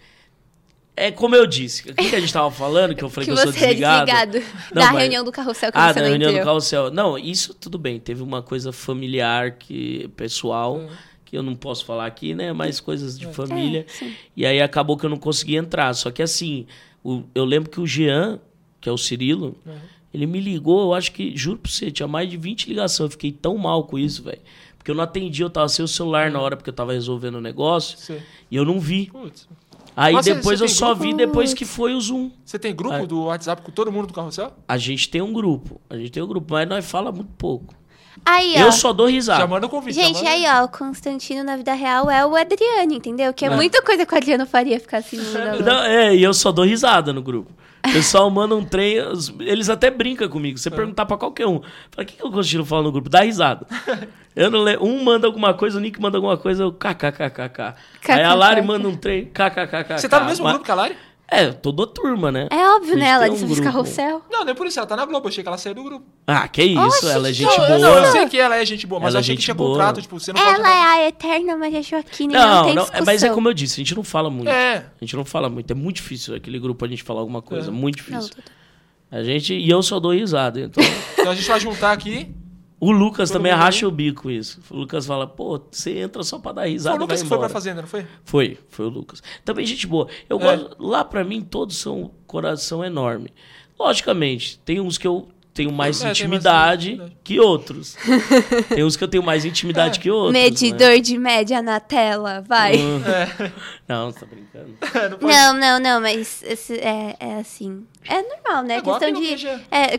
É como eu disse. O que, que a gente tava falando? Que eu falei Que que, eu sou você é desligado. desligado Não, da mas- reunião do carrossel que Ah, você da não reunião do entrou. carrossel. Não, isso tudo bem. Teve uma coisa familiar, que pessoal, que eu não posso falar aqui, né? Mas coisas de família. É, sim. E aí acabou que eu não consegui entrar. Só que assim, o- eu lembro que o Jean, que é o Cirilo, ele me ligou, eu acho que, juro pra você, tinha mais de vinte ligações. Eu fiquei tão mal com isso, velho. Porque eu não atendi, eu tava sem o celular na hora, porque eu tava resolvendo o negócio. Sim. E eu não vi. Putz. Aí Mas você- depois você eu tem só grupo? vi depois que foi o Zoom. Você tem grupo Ah. do WhatsApp com todo mundo do Carrossel? A gente tem um grupo. A gente tem um grupo, mas nós fala muito pouco. Aí, ó. Eu só dou risada. Já manda o convite. já Gente, manda- aí, ó, o Constantino na vida real é o Adriano, entendeu? Que é, muita coisa que o Adriano faria ficar assim no mundo agora. Não, é, e eu só dou risada no grupo. O pessoal manda um trem, os- eles até brincam comigo. Você perguntar pra qualquer um, fala, o que, que eu consigo falar no grupo? Dá risada. Eu não lembro. Um manda alguma coisa, o Nick manda alguma coisa, eu kkkk. Aí a Lari manda um trem, kkkk. Você tá no mesmo grupo que a Lari? É, toda a turma, né? É óbvio, A né? gente Ela tem um disse dos grupo. carrossel. Não, nem por isso, ela tá na Globo. Eu achei que ela saiu do grupo. Ah, que isso, Oxe, ela é gente não, boa. Não, eu sei que ela é gente boa, mas Ela eu é achei que gente tinha boa. contrato. Tipo, você não pode... Ela é a eterna Maria Joaquina e não, Não, tem não, discussão. mas é como eu disse, a gente não fala muito. É. A gente não fala muito. É muito difícil aquele grupo a gente falar alguma coisa. É. Muito Não, difícil. tô- tô- A gente, e eu só dou risada. Então, Então a gente vai juntar aqui. o Lucas Todo também mundo racha aí? o bico com isso. O Lucas fala, pô, você entra só pra dar Foi risada o e vai Lucas que foi embora. pra Fazenda, não foi? Foi, foi o Lucas. Também gente boa. Eu É. gosto, lá pra mim todos são coração enorme. Logicamente, tem uns que eu tenho mais É, tem mais intimidade intimidade. que outros. Tem uns que eu tenho mais intimidade É. que outros. Medidor né? de média na tela, vai. Hum. É. Não, você tá brincando. Não pode- Não, não, não, mas esse é, é assim. É normal, né? É igual Questão aqui no de. B G. É,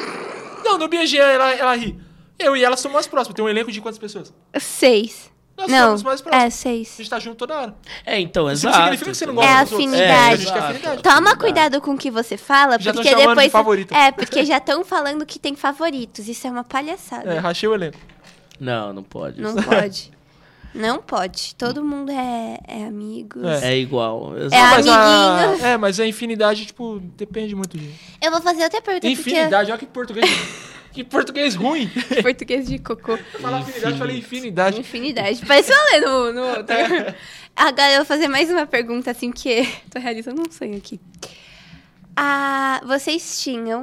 Não, no B G ela, ela ri. Eu e ela somos mais próximos. Tem um elenco de quantas pessoas? seis. Nós Não, somos mais próximos. é A seis. gente tá junto toda hora. É, então, Isso não exato. significa que você não entendeu? gosta É dos outros. afinidade. É, a gente quer Exato. afinidade. Toma Afinidade. cuidado com o que você fala, Já tão porque chamando de depois. favorito. É, porque já estão falando que tem favoritos. Isso é uma palhaçada. É, rachei o elenco. Não, não pode. Não pode. Não pode. Todo mundo é, é amigo. É. É igual. É exato. Mas a, amiguinhos. é, mas a infinidade, tipo, depende muito de... Eu vou fazer outra pergunta. Infinidade, olha que português... que português ruim. Porque... Português de cocô. Eu falar afinidade, eu falei infinidade. Infinidade. Parece eu ler no, no outro. Agora eu vou fazer mais uma pergunta, assim, que tô realizando um sonho aqui. Ah, vocês tinham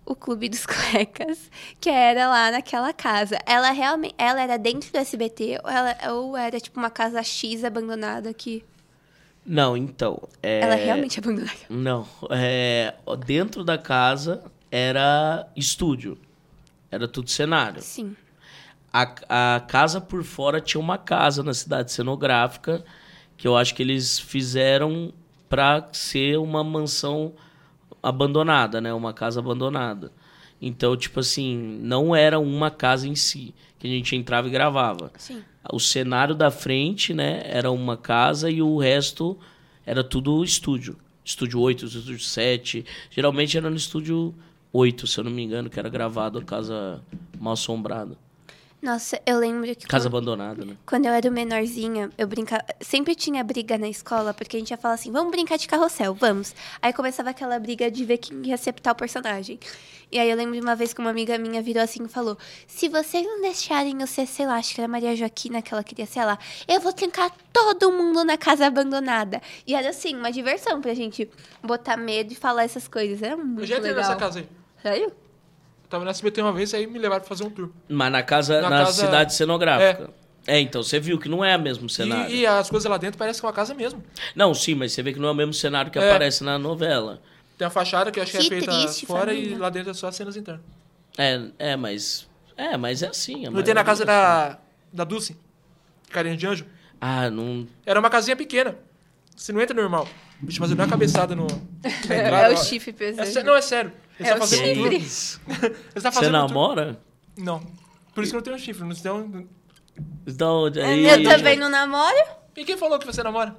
o Clube dos Cuecas, que era lá naquela casa. Ela realmente, ela era dentro do S B T ou, ela, ou era tipo uma casa X abandonada que... Não, então... É... Ela realmente abandonada. Não, é... dentro da casa era estúdio. Era tudo cenário. Sim. A, a casa por fora tinha uma casa na cidade cenográfica que eu acho que eles fizeram para ser uma mansão abandonada, né? Uma casa abandonada. Então, tipo assim, não era uma casa em si que a gente entrava e gravava. Sim. O cenário da frente, né, era uma casa e o resto era tudo estúdio. Estúdio oito, estúdio sete. Geralmente era no estúdio oito, se eu não me engano, que era gravado a Casa Mal Assombrada. Nossa, eu lembro que... Casa quando, abandonada, né? quando eu era menorzinha, eu brincava... Sempre tinha briga na escola, porque a gente ia falar assim, vamos brincar de carrossel, vamos. Aí começava aquela briga de ver quem ia ser tal personagem. E aí eu lembro de uma vez que uma amiga minha virou assim e falou, se vocês não deixarem eu ser, sei lá, acho que era Maria Joaquina que ela queria ser lá, eu vou trancar todo mundo na casa abandonada. E era assim, uma diversão pra gente botar medo e falar essas coisas. Era muito legal. Eu já entrei legal. nessa casa aí. Sério? Eu tava no S B T uma vez, aí me levaram pra fazer um tour. Mas na casa, na, Na casa- cidade cenográfica. É. então, você viu que não é o mesmo cenário. E, e as coisas lá dentro parecem que é uma casa mesmo. Não, sim, mas você vê que não é o mesmo cenário que É. aparece na novela. Tem a fachada que eu acho que, Que é feita triste, fora família. e lá dentro é só as cenas internas. É, é, mas... É, mas é assim. a Eu entrei na maioria casa é da, da Dulce, carinha de anjo. assim. Ah, não... Era uma casinha pequena. Você não entra normal. Bicho, fazendo uma cabeçada no, na entrada. É o ó. chifre É pesado. sé- Não, é sério. Eles É tá o fazendo um tour. chifre. Isso. Eles tá Você fazendo um tour. namora? Não. Por isso que eu não tenho chifre. Não tenho... Então, aí... Eu também não namoro. E quem falou que você namora?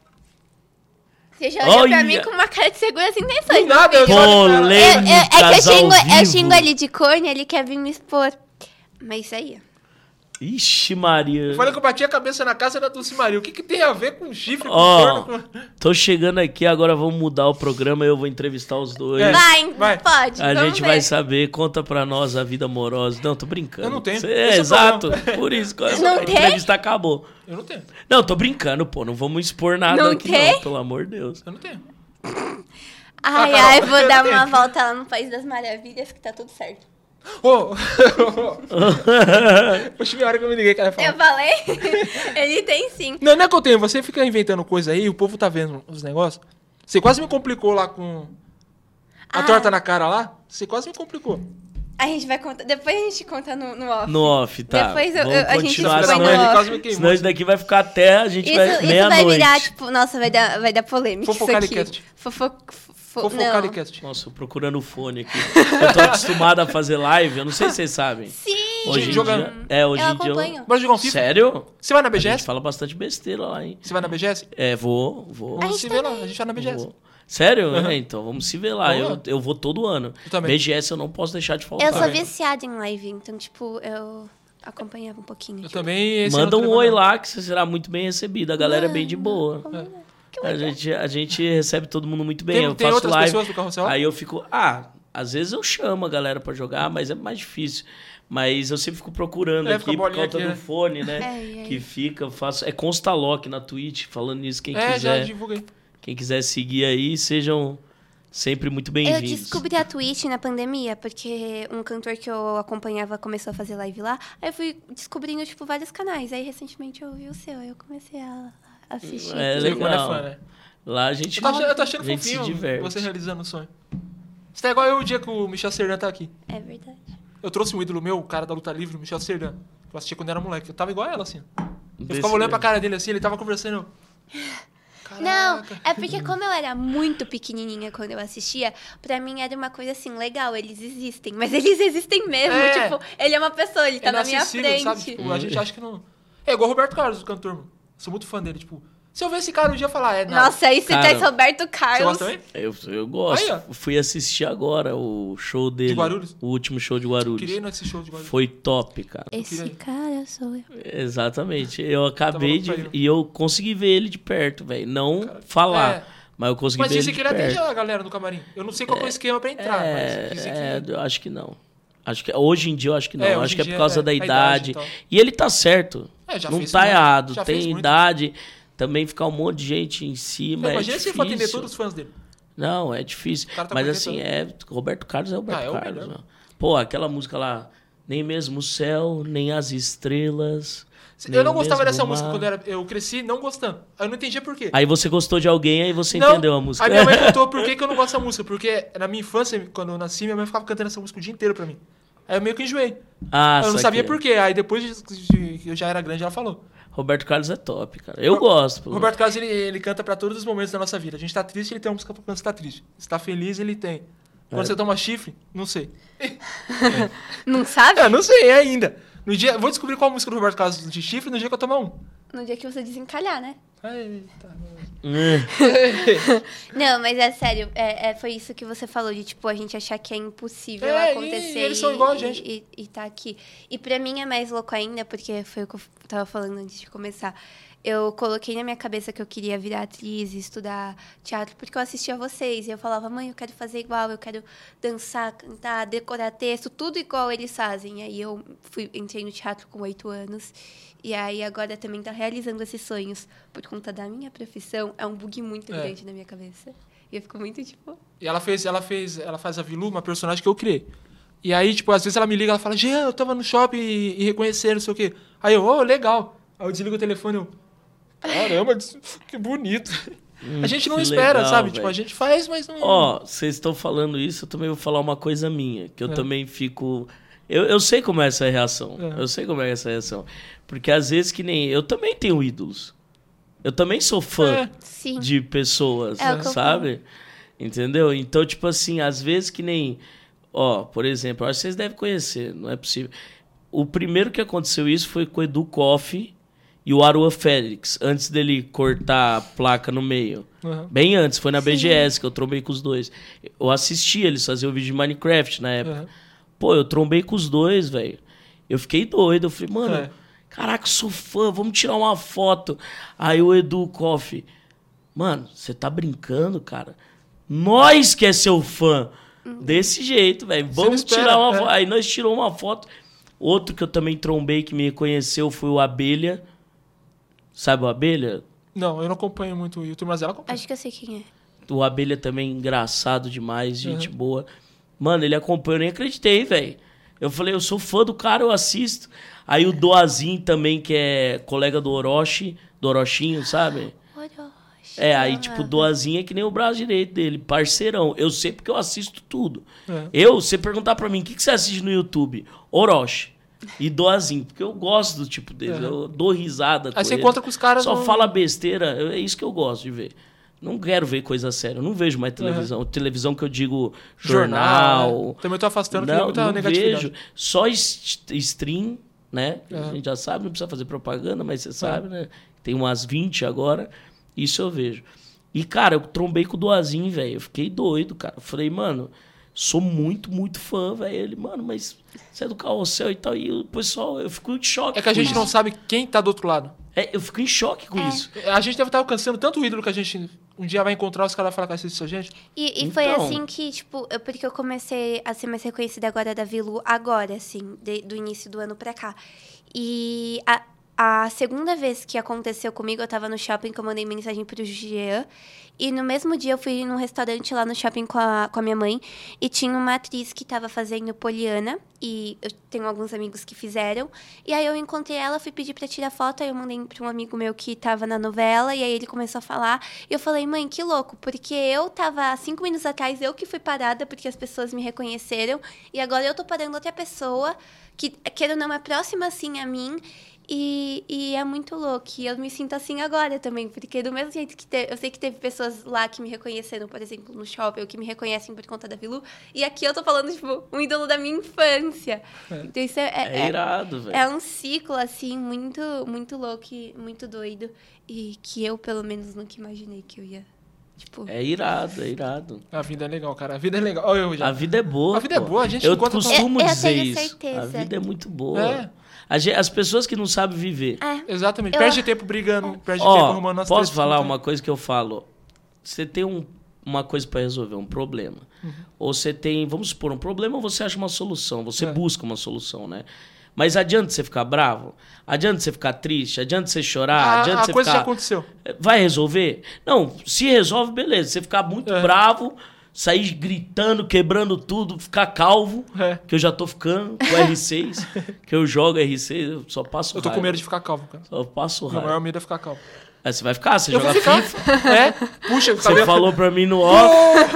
Você já olhou pra Olha. mim com uma cara de seguras intenções. Do nada, eu meu só- filho. Eu- eu- Polêmicas é que eu xingo, ao eu vivo. xingo ele de corno, ele quer vir me expor. Mas isso aí. Ixi, Maria. Eu falei que eu bati a cabeça na casa da Dulce Maria. O que, que tem a ver com chifre, com Ó, corno? Com... tô chegando aqui, agora vamos mudar o programa, eu vou entrevistar os dois. É. Vai, vai. pode. A vamos gente ver. vai saber, conta pra nós a vida amorosa. Não, tô brincando. Eu não tenho. Cê- Esse É, é o exato. Por isso que essa Não tem? entrevista acabou. Eu não tenho. Não, tô brincando, pô. Não vamos expor nada Não aqui, tem? não, pelo amor de Deus. Eu não tenho. Ai, Ah, Carol, ai, vou eu dar tenho. uma volta lá no País das Maravilhas que tá tudo certo. Ô! Poxa, minha hora que eu me liguei, cara. Eu falei? Ele tem sim. Não, não é que eu tenho. Você fica inventando coisa aí, o povo tá vendo os negócios. Você quase me complicou lá com a Ah. torta na cara lá. Você quase me complicou. A gente vai contar. Depois a gente conta no, no off. No off, tá. Depois eu- Vamos eu- a gente continuar, expõe senão, no ele- off. quase me queimou. senão isso daqui vai ficar até a gente Isso, vai isso vai meia-noite. virar, tipo, nossa, vai dar, vai dar polêmica isso aqui. Fofocaricast. Fofo... Fo... Não. Fofocaricast. Nossa, eu procurando o fone aqui. Eu tô acostumado a fazer live, eu não sei se vocês sabem. Sim! Hoje em Jogando. dia. É, hoje Eu em dia. acompanho. Bora jogar um FIFA? Sério? Você vai na A gente B G S? fala bastante besteira lá, hein? Você vai na B G S? É, vou, vou. Vamos A se gente ver lá. A gente vai na B G S. vou. Sério? Uhum. É, então, vamos se ver lá. Vamos Eu, lá. eu vou todo ano. Eu também. B G S eu não posso deixar de faltar. Eu sou bem. viciada em live, então, tipo, eu acompanhava um pouquinho. Eu também. esse Manda ano eu um tô oi levando. lá que você será muito bem recebido. A galera é bem de boa. Que A legal. gente, a gente recebe todo mundo muito bem. Tem, eu tem faço outras live. pessoas do carrossel? Aí eu fico, ah, às vezes eu chamo a galera pra jogar, mas é mais difícil. Mas eu sempre fico procurando É, fica aqui a por bolinha conta aqui, do né? fone, né? É, é. Que fica, eu faço. É Constalock na Twitch, falando nisso, quem É, já quiser. divulguei. Quem quiser seguir aí, sejam sempre muito Eu bem-vindos. descobri a Twitch na pandemia, porque um cantor que eu acompanhava começou a fazer live lá. Aí eu fui descobrindo, tipo, vários canais. Aí, recentemente, eu vi o seu. Aí eu comecei a assistir. É Você como é legal. fã, né? Lá a gente, Eu tô achando, eu tô achando a gente se fofinho diverte. você realizando o sonho. Você tá igual eu o dia que o Michel Serdan tá aqui. É verdade. Eu trouxe um ídolo meu, o cara da luta livre, o Michel Serdan. Que eu assistia quando era moleque. Eu tava igual ela, assim. Eu Desse ficava olhando pra mesmo. cara dele assim, ele tava conversando. Caraca. Não, é porque como eu era muito pequenininha quando eu assistia, pra mim era uma coisa assim, legal, eles existem. Mas eles existem mesmo, É. tipo, ele é uma pessoa, ele tá É na minha inacessível, frente. sabe? Tipo, a gente acha que não... É igual o Roberto Carlos, o cantor, mano. Sou muito fã dele, tipo... Se eu ver esse cara um dia, eu falar, é nada. Nossa, aí você Cara, traz Roberto Você Carlos. gosta também? Eu, eu gosto. Aí, ó. Fui assistir agora o show dele. Guarulhos? O último show de Eu Guarulhos. queria ir nesse show de Guarulhos. Foi top, cara. Esse queria ir. cara sou eu. Exatamente. Eu acabei louco pra de. ir. E eu consegui ver ele de perto, velho. Não falar. é. Mas eu consegui Mas ver disse ele que de ele perto. atendia a galera no camarim. Eu não sei qual é o esquema pra entrar, É, mas disse é, que... eu acho que não. Acho que hoje em dia eu acho que não. É, Eu hoje acho em que é dia por causa é da a idade. idade e tal. E ele tá certo. É, já não fez tá muito, errado. já Tem fez muito. idade. Também ficar um monte de gente em cima. Não, é imagina se ele for atender difícil. todos os fãs dele. Não, é difícil. cara tá Mas com assim, é. Roberto Carlos é Roberto Ah, é o Carlos. melhor. Né? Pô, aquela música lá. Nem mesmo o céu, nem as estrelas. Eu não gostava mesmo dessa o música mar. quando eu, era, eu cresci não gostando. Aí eu não entendia por quê. Aí você gostou de alguém, aí você Não, entendeu a música. Aí minha mãe contou por que, que eu não gosto dessa música. Porque na minha infância, quando eu nasci, minha mãe ficava cantando essa música o dia inteiro pra mim. Aí eu meio que enjoei. Ah, eu não saquei. sabia por quê. Aí depois de- que eu já era grande, ela falou. Roberto Carlos é top, cara. Eu gosto. Pô. Roberto Carlos, ele, ele canta pra todos os momentos da nossa vida. A gente tá triste, ele tem uma música pra quando você tá triste. Você tá feliz, ele tem. Quando É. você toma chifre, não sei. Não sabe? É, não sei ainda. No dia, vou descobrir qual música do Roberto Carlos de chifre no dia que eu tomar um. No dia que você desencalhar, né? Eita. É. Não, mas é sério, é, é- foi isso que você falou, de tipo, a gente achar que é impossível É, e acontecer. eles são igual a gente. E, e, e tá aqui. E pra mim é mais louco ainda, porque foi o que eu tava falando antes de começar. Eu coloquei na minha cabeça que eu queria virar atriz e estudar teatro, porque eu assistia a vocês. E eu falava, mãe, eu quero fazer igual, eu quero dançar, cantar, decorar texto, tudo igual eles fazem. E aí eu fui, entrei no teatro com oito anos. E aí agora também tá realizando esses sonhos. Por conta da minha profissão, é um bug muito É. grande na minha cabeça. E eu fico muito, tipo... E ela fez, ela fez, ela faz a Vilu, uma personagem que eu criei. E aí, tipo, às vezes ela me liga, ela fala, Jean, eu tava no shopping e, e reconheceram, não sei o quê. Aí eu, ô, legal. Aí eu desligo o telefone e eu, caramba, que bonito. Hum, a gente não que espera, legal, sabe? velho. Tipo, a gente faz, mas não... Ó, vocês estão falando isso, eu também vou falar uma coisa minha, que eu É. também fico... Eu, eu sei como é essa reação, É. eu sei como é essa reação. Porque às vezes que nem... Eu também tenho ídolos. Eu também sou fã É. Sim. de pessoas, É o que eu sabe? Entendeu? Então, tipo assim, às vezes que nem... Ó, por exemplo, eu acho que vocês devem conhecer, não é possível. O primeiro que aconteceu isso foi com o Edu Koff e o Arua Félix, antes dele cortar a placa no meio. Uhum. Bem antes, foi na B G S Sim. que eu trombei com os dois. Eu assisti eles fazer o vídeo de Minecraft na época. Uhum. Pô, eu trombei com os dois, velho. Eu fiquei doido. Eu falei, mano, É. caraca, eu sou fã, vamos tirar uma foto. Aí o Edu Koff, mano, você tá brincando, cara? Nós que é seu fã. Desse jeito, velho. não Vamos espera, tirar uma é. foto. Aí nós tiramos uma foto. Outro que eu também trombei que me reconheceu foi o Abelha. Sabe o Abelha? Não, eu não acompanho muito o YouTube, mas ela acompanha. Acho que eu sei quem é. O Abelha também engraçado demais, gente Uhum. boa. Mano, ele acompanha, eu nem acreditei, velho. Eu falei, eu sou fã do cara, eu assisto. Aí o Doazin também, que é colega do Orochi, do Orochinho, sabe? Orochi, É, aí amada. tipo, o Doazin é que nem o braço direito dele, parceirão. Eu sei porque eu assisto tudo. É. Eu, você perguntar pra mim, o que, que você assiste no YouTube? Orochi e Doazin, porque eu gosto do tipo deles, Uhum. eu dou risada com Aí você eles. encontra com os caras... Só no- fala besteira, eu- é isso que eu gosto de ver. Não quero ver coisa séria, eu não vejo mais televisão. Televisão que eu digo jornal. Jornal, né? Também tô afastando, que é Não, muita não negatividade. vejo. Só est- stream, né? A Uhum. gente já sabe, não precisa fazer propaganda, mas você sabe, né? Tem umas vinte agora, isso eu vejo. E, cara, eu trombei com o Doazinho, velho. Eu fiquei doido, cara. Eu falei, mano, sou muito, muito fã, velho. Ele, mano, mas você é do Carrossel e tal. E o pessoal, eu fico em choque. É que a com gente isso. não sabe quem tá do outro lado. É, eu fico em choque com É. isso. A gente deve estar alcançando tanto ídolo que a gente um dia vai encontrar, os caras vão falar que assiste a gente. E, e foi Então. assim que, tipo, eu, porque eu comecei a ser mais reconhecida agora da Vilu, agora, assim, de- do início do ano pra cá. E a, a segunda vez que aconteceu comigo, eu tava no shopping, que eu mandei mensagem pro Jean. E no mesmo dia eu fui num restaurante lá no shopping com a, com a minha mãe. E tinha uma atriz que tava fazendo Poliana. E eu tenho alguns amigos que fizeram. E aí eu encontrei ela, fui pedir pra tirar foto. Aí eu mandei pra um amigo meu que tava na novela. E aí ele começou a falar. E eu falei, mãe, que louco. Porque eu tava cinco minutos atrás, eu que fui parada, porque as pessoas me reconheceram. E agora eu tô parando outra pessoa, que, queira ou não, é próxima assim a mim. E, e é muito louco. E eu me sinto assim agora também. Porque do mesmo jeito que teve, eu sei que teve pessoas lá que me reconheceram, por exemplo, no shopping, ou que me reconhecem por conta da Vilu. E aqui eu tô falando, tipo, um ídolo da minha infância. É. Então isso é, É, é, irado, velho. é um ciclo, assim, muito, muito louco e muito doido. E que eu, pelo menos, nunca imaginei que eu ia, tipo... É irado, é irado. A vida é legal, cara. A vida é legal. Olha eu já. A vida é boa. A vida é pô. boa, a gente Eu encontra- costumo Eu- eu dizer tenho isso. certeza. A vida é muito boa. É. A gen- As pessoas que não sabem viver. É, Exatamente. Eu- Perde tempo brigando, perde tempo Ó, arrumando as posso tretas, falar não tem- uma coisa que eu falo? Você tem um- uma coisa pra resolver, um problema. Uhum. Ou você tem, vamos supor, um problema ou você acha uma solução. Você É. busca uma solução, né? Mas adianta você ficar bravo? Adianta você ficar triste? Adianta você chorar? A, adianta a você coisa ficar... já aconteceu. Vai resolver? Não, se resolve, beleza. Você ficar muito É. bravo, sair gritando, quebrando tudo, ficar calvo, É. que eu já tô ficando com R seis, que eu jogo R seis, eu só passo Eu tô com raiva. medo de ficar calvo, cara. Só passo Meu raiva. maior medo é ficar calvo. Aí você vai ficar, você Eu joga vou ficar. FIFA. É, puxa, Você cabelo- falou pra mim no off.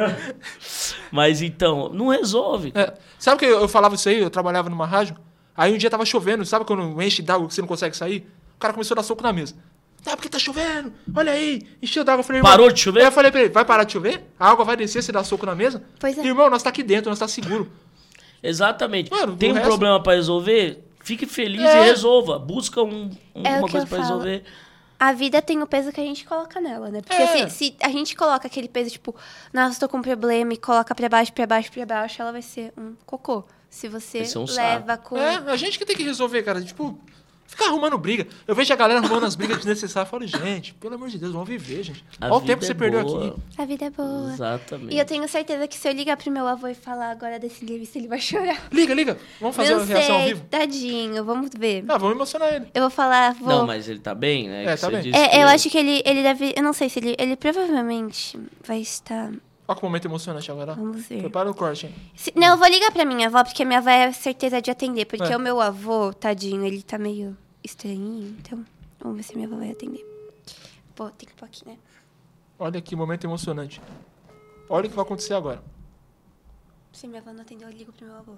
Mas então, não resolve. É. Sabe que eu, eu falava isso aí? Eu trabalhava numa rádio. Aí um dia tava chovendo, sabe quando enche d'água que você não consegue sair? O cara começou a dar soco na mesa. Ah, porque tá chovendo? Olha aí, encheu d'água. Eu falei, irmão, Parou de chover? Aí eu falei pra ele, vai parar de chover? A água vai descer, você dá soco na mesa? Pois é. Irmão, nós tá aqui dentro, nós tá seguro. Exatamente. Mano, Tem o um resto- problema pra resolver? Fique feliz É. e resolva. Busca um, um- É o uma que coisa eu pra falo. resolver. A vida tem o peso que a gente coloca nela, né? Porque É. se, se a gente coloca aquele peso, tipo, nossa, tô com um problema e coloca pra baixo, pra baixo, pra baixo, ela vai ser um cocô. Se você Vai ser um leva com... É, a gente que tem que resolver, cara. Tipo, ficar arrumando briga. Eu vejo a galera arrumando as brigas desnecessárias. Eu falo, gente, pelo amor de Deus, vamos viver, gente. A Olha o vida tempo que você é perdeu boa. aqui. A vida é boa. Exatamente. E eu tenho certeza que se eu ligar pro meu avô e falar agora desse entrevista, ele vai chorar. Liga, liga. Vamos fazer Não uma reação ao sei, vivo. tadinho, vamos ver. Ah, vamos emocionar ele. Eu vou falar, vou... Não, mas ele tá bem, né? É, Que tá você bem. disse É, que- eu acho que ele, ele deve... Eu não sei se ele... Ele provavelmente vai estar... Olha que momento emocionante agora. Vamos ver. Prepara o corte, hein? Se- não, eu vou ligar pra minha avó, porque minha avó é certeza de atender. Porque É. o meu avô, tadinho, ele tá meio estranhinho. Então, vamos ver se minha avó vai atender. Pô, tem que pôr aqui, né? Olha que momento emocionante. Olha o que vai acontecer agora. Se minha avó não atender, eu ligo pro meu avô.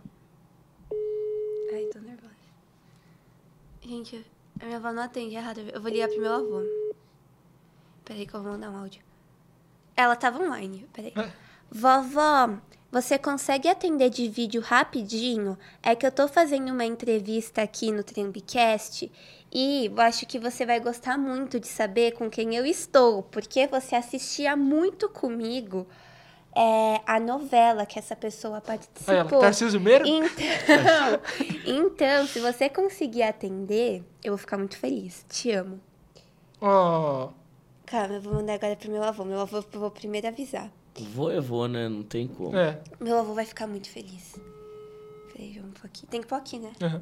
Ai, tô nervosa. Gente, a minha avó não atende, é errado. Eu vou ligar pro meu avô. Peraí que eu vou mandar um áudio. Ela tava online, peraí. É. Vovó, você consegue atender de vídeo rapidinho? É que eu tô fazendo uma entrevista aqui no Trambicast e eu acho que você vai gostar muito de saber com quem eu estou, porque você assistia muito comigo é, a novela que essa pessoa Aí ela, participou. Tarcísio Meira? Então, então, se você conseguir atender, eu vou ficar muito feliz. Te amo. Ó, Calma, eu vou mandar agora pro meu avô. Meu avô eu vou primeiro avisar. Vou é vou, né? Não tem como. é. Meu avô vai ficar muito feliz. Peraí, vamos pôr aqui. Tem que pôr aqui, né? Uhum.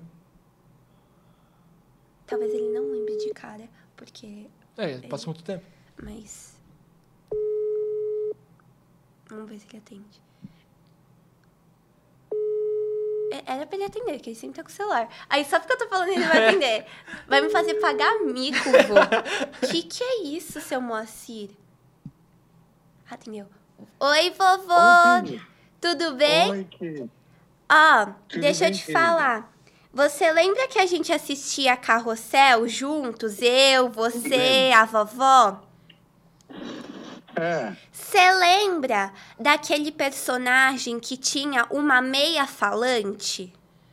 Talvez ele não lembre de cara, porque... É, passa muito tempo. Mas... Vamos ver se ele atende. É, Era pra ele atender, que ele sempre tá com o celular. Aí só porque eu tô falando ele vai atender. Vai me fazer pagar mico, vô. Que que é isso, seu Moacir? Atendeu. Oi, vovô. Tudo bem? Oi, querido. Ó, Tudo deixa eu bem, te querida? falar. Você lembra que a gente assistia Carrossel juntos? Eu, você, Lembro. a vovó? É, Você lembra daquele personagem que tinha uma meia falante?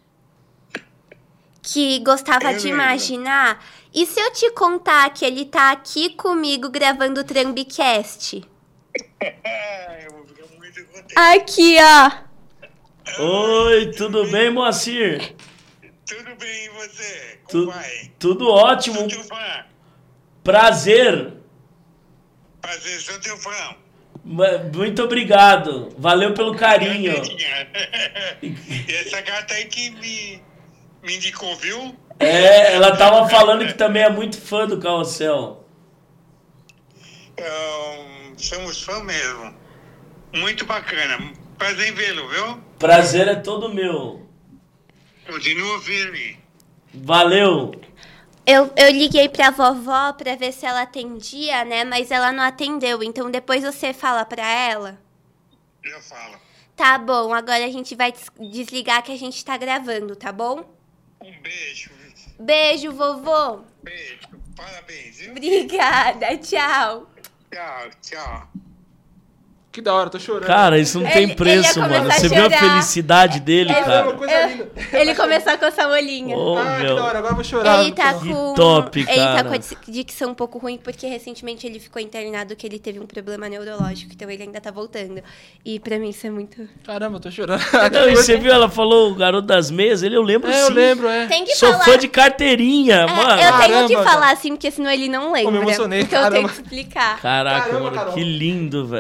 Que gostava Eu de lembro. imaginar? E se eu te contar que ele tá aqui comigo gravando o Trambicast? eu vou ficar muito contente. Aqui, ó. Oi, tudo bem, Moacir? Tudo bem, e você? Tu- Como vai? Tudo ótimo. Sou teu fã. Prazer. Prazer, sou teu fã. Ma- Muito obrigado. Valeu pelo carinho. E essa gata aí que me, me indicou, viu? É, ela tava falando que também é muito fã do Carrossel. Ahn, somos fã mesmo. Muito bacana. Prazer em vê-lo, viu? Prazer é todo meu. Continua firme. Valeu. Eu, eu liguei pra vovó pra ver se ela atendia, né? Mas ela não atendeu. Então depois você fala pra ela. Já falo. Tá bom, agora a gente vai des- desligar que a gente tá gravando, tá bom? Um beijo. Beijo, vovô. Beijo. Parabéns, viu? Obrigada, tchau. Tchau, tchau. Que da hora, tô chorando. Cara, isso não tem Ele- preço, ele ia mano. começar a Você viu a chorar. felicidade dele, É, uma cara? coisa linda. Ele começou com essa olhinha. Ô, Ah, que meu. da hora, agora eu vou chorar. Ele tá Que com. top, Ele tá cara. com a dis- dicção um pouco ruim, porque recentemente ele ficou internado que ele teve um problema neurológico, então ele ainda tá voltando. E pra mim isso é muito. Caramba, eu tô chorando. Não, e você viu, ela falou o garoto das meias? Ele, eu lembro É, eu sim. lembro, é. Tem que Sou falar. fã de carteirinha, É, mano. eu tenho Caramba, que cara. falar assim, porque senão ele não lembra. me emocionei, então eu tenho caramba. que explicar. Caraca, Caramba, mano, Carol. que lindo, velho.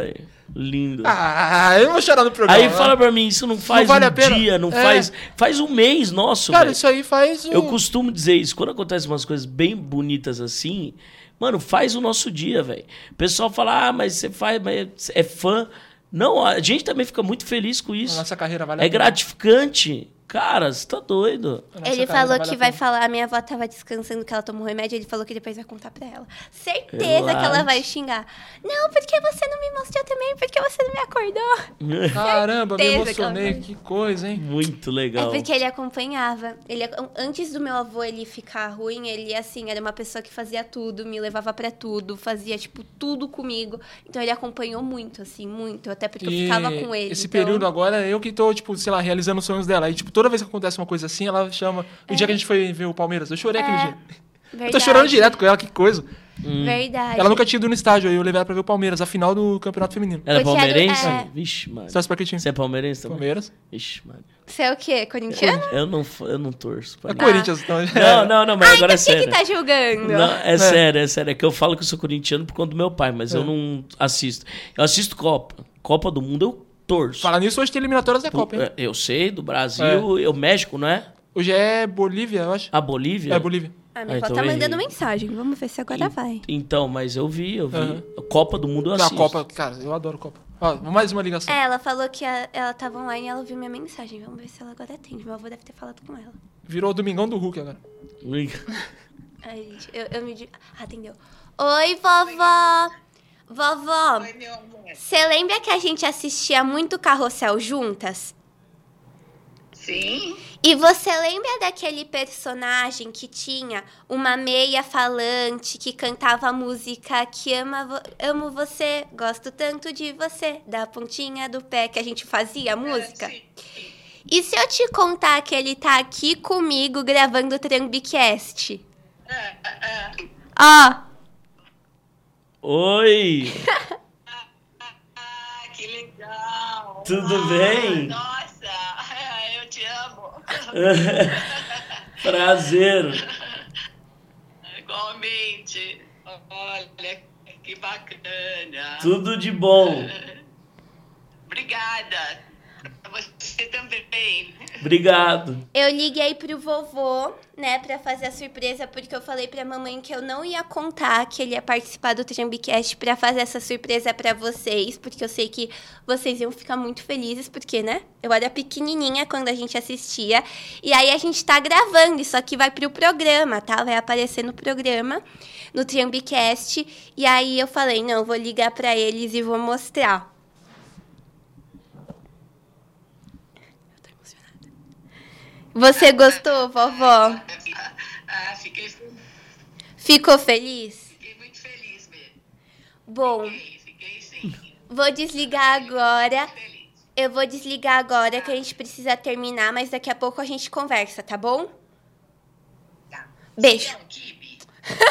Lindo. Ah, eu vou chorar no programa. Aí fala pra mim, isso não faz vale um a pena? dia, não É. faz... Faz um mês nosso, Cara, velho. isso aí faz um... Eu costumo dizer isso. Quando acontecem umas coisas bem bonitas assim, mano, faz o nosso dia, velho. O pessoal fala, ah, mas você faz, mas é fã. Não, a gente também fica muito feliz com A isso. nossa carreira vale É a pena. gratificante. Cara, você tá doido. A nossa Ele carreira falou vale que a vai pena. falar, a minha avó tava descansando que ela tomou remédio, ele falou que depois vai contar pra ela. Certeza Relaxa. que ela vai xingar. Não, porque você não me mostrou também, porque você não me acordou. Caramba, me Certeza que ela emocionei. vai. Que coisa, hein? Muito É legal. porque ele acompanhava. Ele, antes do meu avô ele ficar ruim, ele, assim, era uma pessoa que fazia tudo, me levava pra tudo, fazia, tipo, tudo comigo. Então ele acompanhou muito, assim, muito. Até porque eu E ficava com ele. esse então... período agora, eu que tô, tipo, sei lá, realizando os sonhos dela. Aí, tipo, toda vez que acontece uma coisa assim, ela chama... O dia que a gente foi ver o Palmeiras, eu chorei aquele É, dia. Eu verdade. tô chorando direto com ela, que coisa. Verdade. Ela nunca tinha ido no estádio, aí eu levei ela pra ver o Palmeiras, a final do Campeonato Feminino. Ela é Porque palmeirense? era- é. Vixe, mano. Você torce pra que time? Você é palmeirense também? Palmeiras. Vixe, mano. Você é o quê? Corintiano? Eu não, eu não torço. pra É ninguém. Corinthians, então. Não, não, não, mas Ai, agora é então quem sério. que tá julgando? Não, é, sério, é sério. É que eu falo que eu sou corintiano por conta do meu pai, mas É. eu não assisto. Eu assisto Copa. Copa do Mundo eu torço. Falar nisso, hoje tem eliminatórias da Copa, hein? É, Eu sei, do Brasil, eu México, não é? Hoje é Bolívia, eu acho. A Bolívia? É, Bolívia. A minha Ah, avó então tá eu mandando errei. mensagem. Vamos ver se agora vai. Então, mas eu vi, eu vi. Aham. Copa do Mundo eu Não, a assisto. Copa, cara, eu adoro Copa. Ó, mais uma ligação. É, ela falou que a- ela tava online e ela viu minha mensagem. Vamos ver se ela agora atende. Meu avô deve ter falado com ela. Virou o Domingão do Hulk agora. Ai, gente, eu, eu me... di- Ah, atendeu. Oi, vovó. Vovó, Oi, meu amor. você lembra que a gente assistia muito Carrossel juntas? Sim? E você lembra daquele personagem que tinha uma meia falante que cantava a música que ama vo- amo você, gosto tanto de você, da pontinha do pé que a gente fazia a música? Sim. E se eu te contar que ele tá aqui comigo gravando o Trambicast? É, é. Ó, Oi! Ah, que legal. Tudo Ah, bem? Nossa, eu te amo. Prazer. Igualmente. Olha, que bacana. Tudo de bom. Obrigada. Pra você também. Obrigado. eu liguei pro vovô, né, pra fazer a surpresa, porque eu falei pra mamãe que eu não ia contar que ele ia participar do Trambicast pra fazer essa surpresa pra vocês, porque eu sei que vocês iam ficar muito felizes, porque, né, eu era pequenininha quando a gente assistia, e aí a gente tá gravando, isso aqui vai pro programa, tá? Vai aparecer no programa, no Trambicast, e aí eu falei, não, eu vou ligar pra eles e vou mostrar. Você gostou, vovó? Ah, fiquei, Ficou feliz? fiquei muito feliz mesmo. Bom, Fiquei, fiquei sim. vou desligar agora. Feliz. Eu vou desligar agora que a gente precisa terminar, mas daqui a pouco a gente conversa, tá bom? Tá. Beijo. Quer um quibe?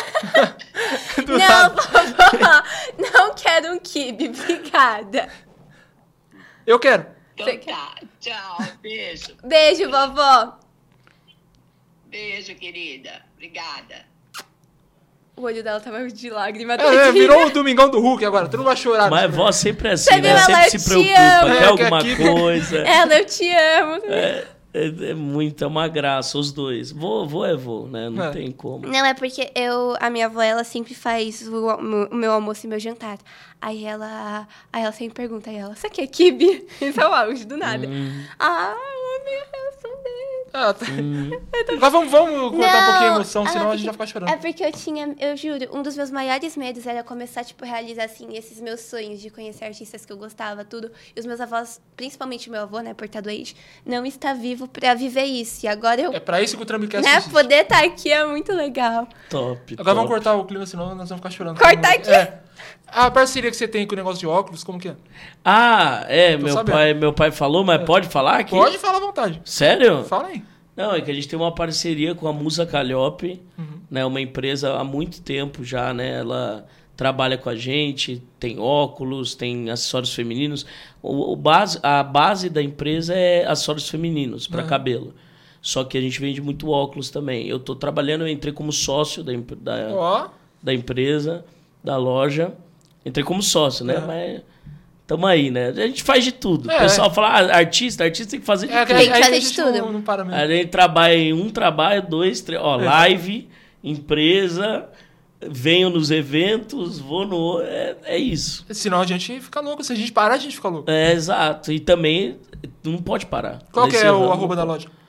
Não, vovó, não quero um quibe, obrigada. Eu quero. Então tá. Tchau. Beijo. Beijo, vovó. Beijo, querida. Obrigada. O olho dela tava de lágrima. É, é, tadinha. virou o Domingão do Hulk agora. Tu não vai chorar. Mas né? vó sempre é assim, Você né? viu, ela Sempre se te preocupa, ama. quer É, alguma que aqui- coisa. Ela, eu te amo. É, é, é muito, é uma graça, os dois. Vô, vô é vô, né? Não É. tem como. Não, é porque eu, a minha avó, ela sempre faz o, o meu almoço e meu jantar. Aí ela, aí ela sempre pergunta, aí ela, você quer quibe? Isso é o auge, do nada. Hum. Ah, meu Deus, dele. Ah, tá. Mas vamos, vamos cortar um pouquinho a emoção, ah, senão a porque- gente vai ficar chorando. É porque eu tinha, eu juro, um dos meus maiores medos era começar, tipo, a realizar, assim, esses meus sonhos de conhecer artistas que eu gostava, tudo. E os meus avós, principalmente o meu avô, né, portadoente, não está vivo pra viver isso. E agora eu, É pra isso que o Tramicast né, existe. poder estar aqui é muito legal. Top, Agora top. vamos cortar o clima, senão nós vamos ficar chorando. Corta Todo mundo. aqui. É. A parceria que você tem com o negócio de óculos, como que é? Ah, é, Tô meu sabendo. pai, meu pai falou, mas pode falar aqui? Pode falar à vontade. Sério? Fala aí. Não, é que a gente tem uma parceria com a Musa Calhope, Uhum. né? Uma empresa há muito tempo já, né? Ela trabalha com a gente, tem óculos, tem acessórios femininos. O, o base, a base da empresa é acessórios femininos para Uhum. cabelo. Só que a gente vende muito óculos também. Eu tô trabalhando, eu entrei como sócio da, empre- da, Ó. da empresa, da loja. Entrei como sócio, né? Uhum. Mas tamo aí, né? A gente faz de tudo. É. O pessoal fala, ah, artista, artista tem que fazer de É, tudo. aí, Tem que aí fazer a de gente tudo. Não, não para mesmo. A gente trabalha em um trabalho, dois, três, ó, É. live, empresa, venho nos eventos, vou no... É, é isso. Senão a gente fica louco. Se a gente parar, a gente fica louco. É, exato. E também não pode parar. Qual que Nesse é o ramo, arroba da não loja?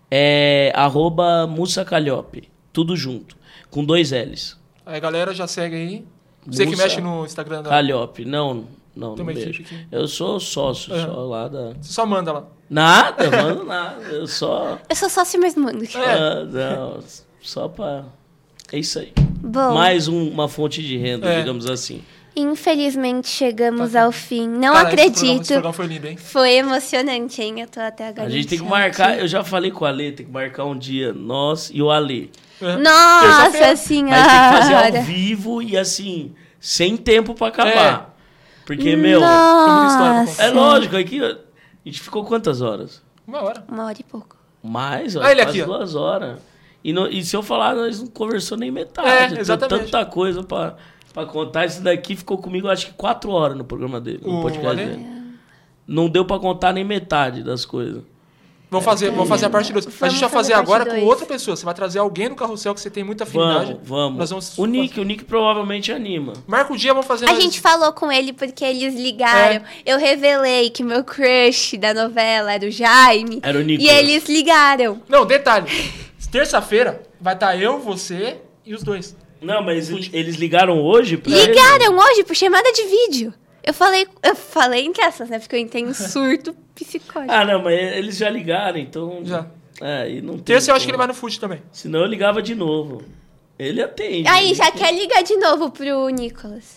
É arroba Mussa Calhope. Tudo junto. Com dois L's. Aí, galera, já segue aí. Você que Mussa mexe no Instagram da... Calhope. Não, não, Tem não uma vejo. equipe aqui. Eu sou sócio, É. só lá da... Você só manda lá. Nada, mano, nada. Eu só... Eu sou sócio mesmo, mano. É. Ah, não, só pra... É isso aí. Bom, Mais um- uma fonte de renda, É. digamos assim. infelizmente chegamos Tá. ao fim. Não Cara, esse programa- acredito. Esse programa foi lindo, hein? Foi emocionante, hein? Eu tô até agora. A gente tem que em marcar... choque. Eu já falei com o Ale, tem que marcar um dia nós e o Ale. É. Nossa Terça-feira. senhora! Mas tem que fazer ao vivo e assim, sem tempo pra acabar. Porque, meu... Tem muita história pra Nossa! contar. É lógico, aqui ó, a gente ficou quantas horas? Uma hora. Uma hora e pouco. Mais, ó, Ah, ele quase aqui, ó. duas horas. E, não- e se eu falar, nós não conversou nem metade. É, Tem exatamente. tanta coisa pra, pra contar. Esse daqui ficou comigo, acho que quatro horas no programa dele, no O podcast Ale? dele. Não deu pra contar nem metade das coisas. Vamos fazer, vamos fazer a parte dois. A Vamos gente vai fazer fazer a parte agora com dois. outra pessoa. Você vai trazer alguém no carrossel que você tem muita afinidade. Vamos, vamos. Nós vamos O Nick, o Nick provavelmente anima. Marca o dia, vamos fazer A nós- gente falou com ele porque eles ligaram. Eu revelei que meu crush da novela era o Jaime. Era o E Nicolas. eles ligaram. Não, detalhe. Terça-feira vai estar eu, você e os dois. Não, mas eles, eles ligaram hoje pra ele? Ligaram hoje por chamada de vídeo. Eu falei, eu falei entre essas, né? Porque eu entrei em surto psicótico. Ah, não, mas eles já ligaram, então... Já. É, e não tem Terça eu acho que ele como. vai no fute também. Senão eu ligava de novo. Ele atende. Aí, já quer ligar de novo pro Nicolas.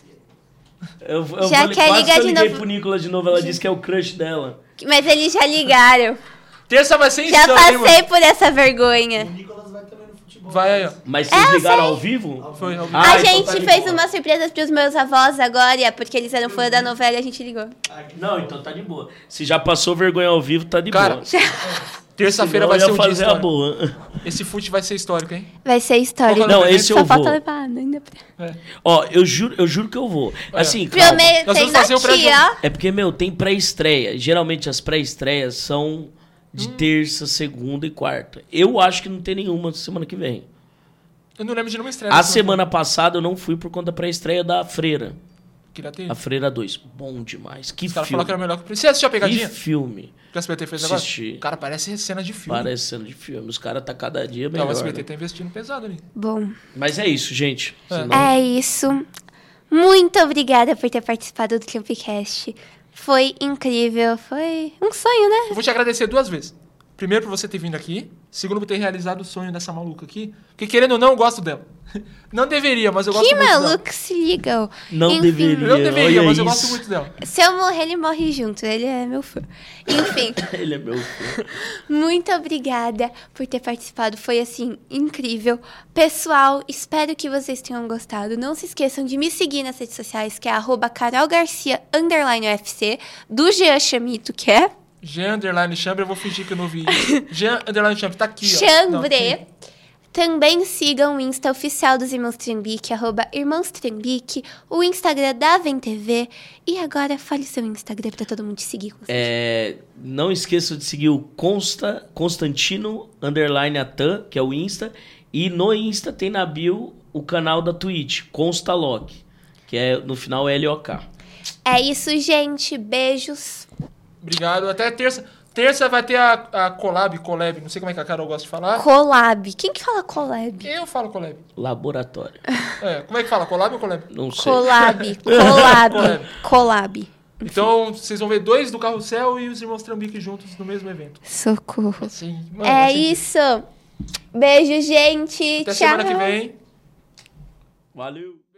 Eu, eu já falei, quer quase ligar que eu de liguei novo. pro Nicolas de novo, ela disse que é o crush dela. Mas eles já ligaram. Terça vai ser Já insano, hein, passei mano? por essa vergonha. O Nicolas vai também no futebol. Vai aí, ó. Mas vocês É, eu ligaram sei. ao vivo? Foi ao vivo. Ah, a então gente tá de fez boa. uma surpresa pros meus avós agora, porque eles eram fã da novela e a gente ligou. Não, então tá de boa. Se já passou vergonha ao vivo, tá de Cara, boa. Terça-feira Senão vai eu ser ia um dia fazer a histórico. boa. Esse fute vai ser histórico, hein? Vai ser histórico. Qual que é o Não, nome esse dele? eu Só falta vou. levar ainda. pra- É. Ó, eu juro, eu juro que eu vou. Assim, calma. Nós vamos Prometendo fazer o aqui, pré-jogo. ó. É porque, meu, tem pré-estreia. Geralmente as pré-estreias são Hum. de terça, segunda e quarta. Eu acho que não tem nenhuma semana que vem. Eu não lembro de nenhuma estreia. A dessa semana passada eu não fui por conta da pré-estreia da Freira. novela. Queria ter. A Freira dois. Bom demais. Que Os caras filme. falaram que era melhor que o Você assistiu a Que pegadinha? filme. Que o S B T fez Assisti. agora? Cara, parece cena de filme. Parece cena de filme. Os caras tá cada dia Não, melhor. o S B T né? tá investindo pesado ali. Bom, Mas é isso, gente. É. Senão- é isso. Muito obrigada por ter participado do Campcast. Foi incrível. Foi um sonho, né? Eu vou te agradecer duas vezes. Primeiro, por você ter vindo aqui. Segundo, por ter realizado o sonho dessa maluca aqui. Porque, querendo ou não, eu gosto dela. Não deveria, mas eu gosto Que muito dela. maluco se ligam. Não Enfim, deveria. Eu não deveria, Olha mas eu isso. gosto muito dela. Se eu morrer, ele morre junto. Ele é meu fã. Enfim, Ele é meu fã. muito obrigada por ter participado. Foi, assim, incrível. Pessoal, espero que vocês tenham gostado. Não se esqueçam de me seguir nas redes sociais, que é arroba carolgarcia, underline UFC, do Jean Chamito, que é Jean Underline Chambre, eu vou fingir que eu não vi isso. Jean Underline Chambre, tá aqui, ó. Não, Chambre. aqui. Também sigam o Insta oficial dos Irmãos Trambique, arroba Irmãos Trambique, o Instagram da Vem T V. E agora, fale seu Instagram pra todo mundo te seguir. Com É, não esqueçam de seguir o Consta, Constantino underline Atan, que é o Insta. E no Insta tem na bio o canal da Twitch, Constalock, que é no final L O K. É isso, gente. Beijos. Obrigado. Até terça. Terça vai ter a, a collab, collab. Não sei como é que a Carol gosta de falar. Collab. Quem que fala collab? Eu falo collab. Laboratório. É, como é que fala? Collab ou collab? Não sei. Collab. Collab. Collab. Collab. Então, vocês vão ver dois do Carrossel e os Irmãos Trambique juntos no mesmo evento. Socorro. Sim. Mano, É vai ser isso. Beijo, gente. Até Tchau. semana que vem. Valeu.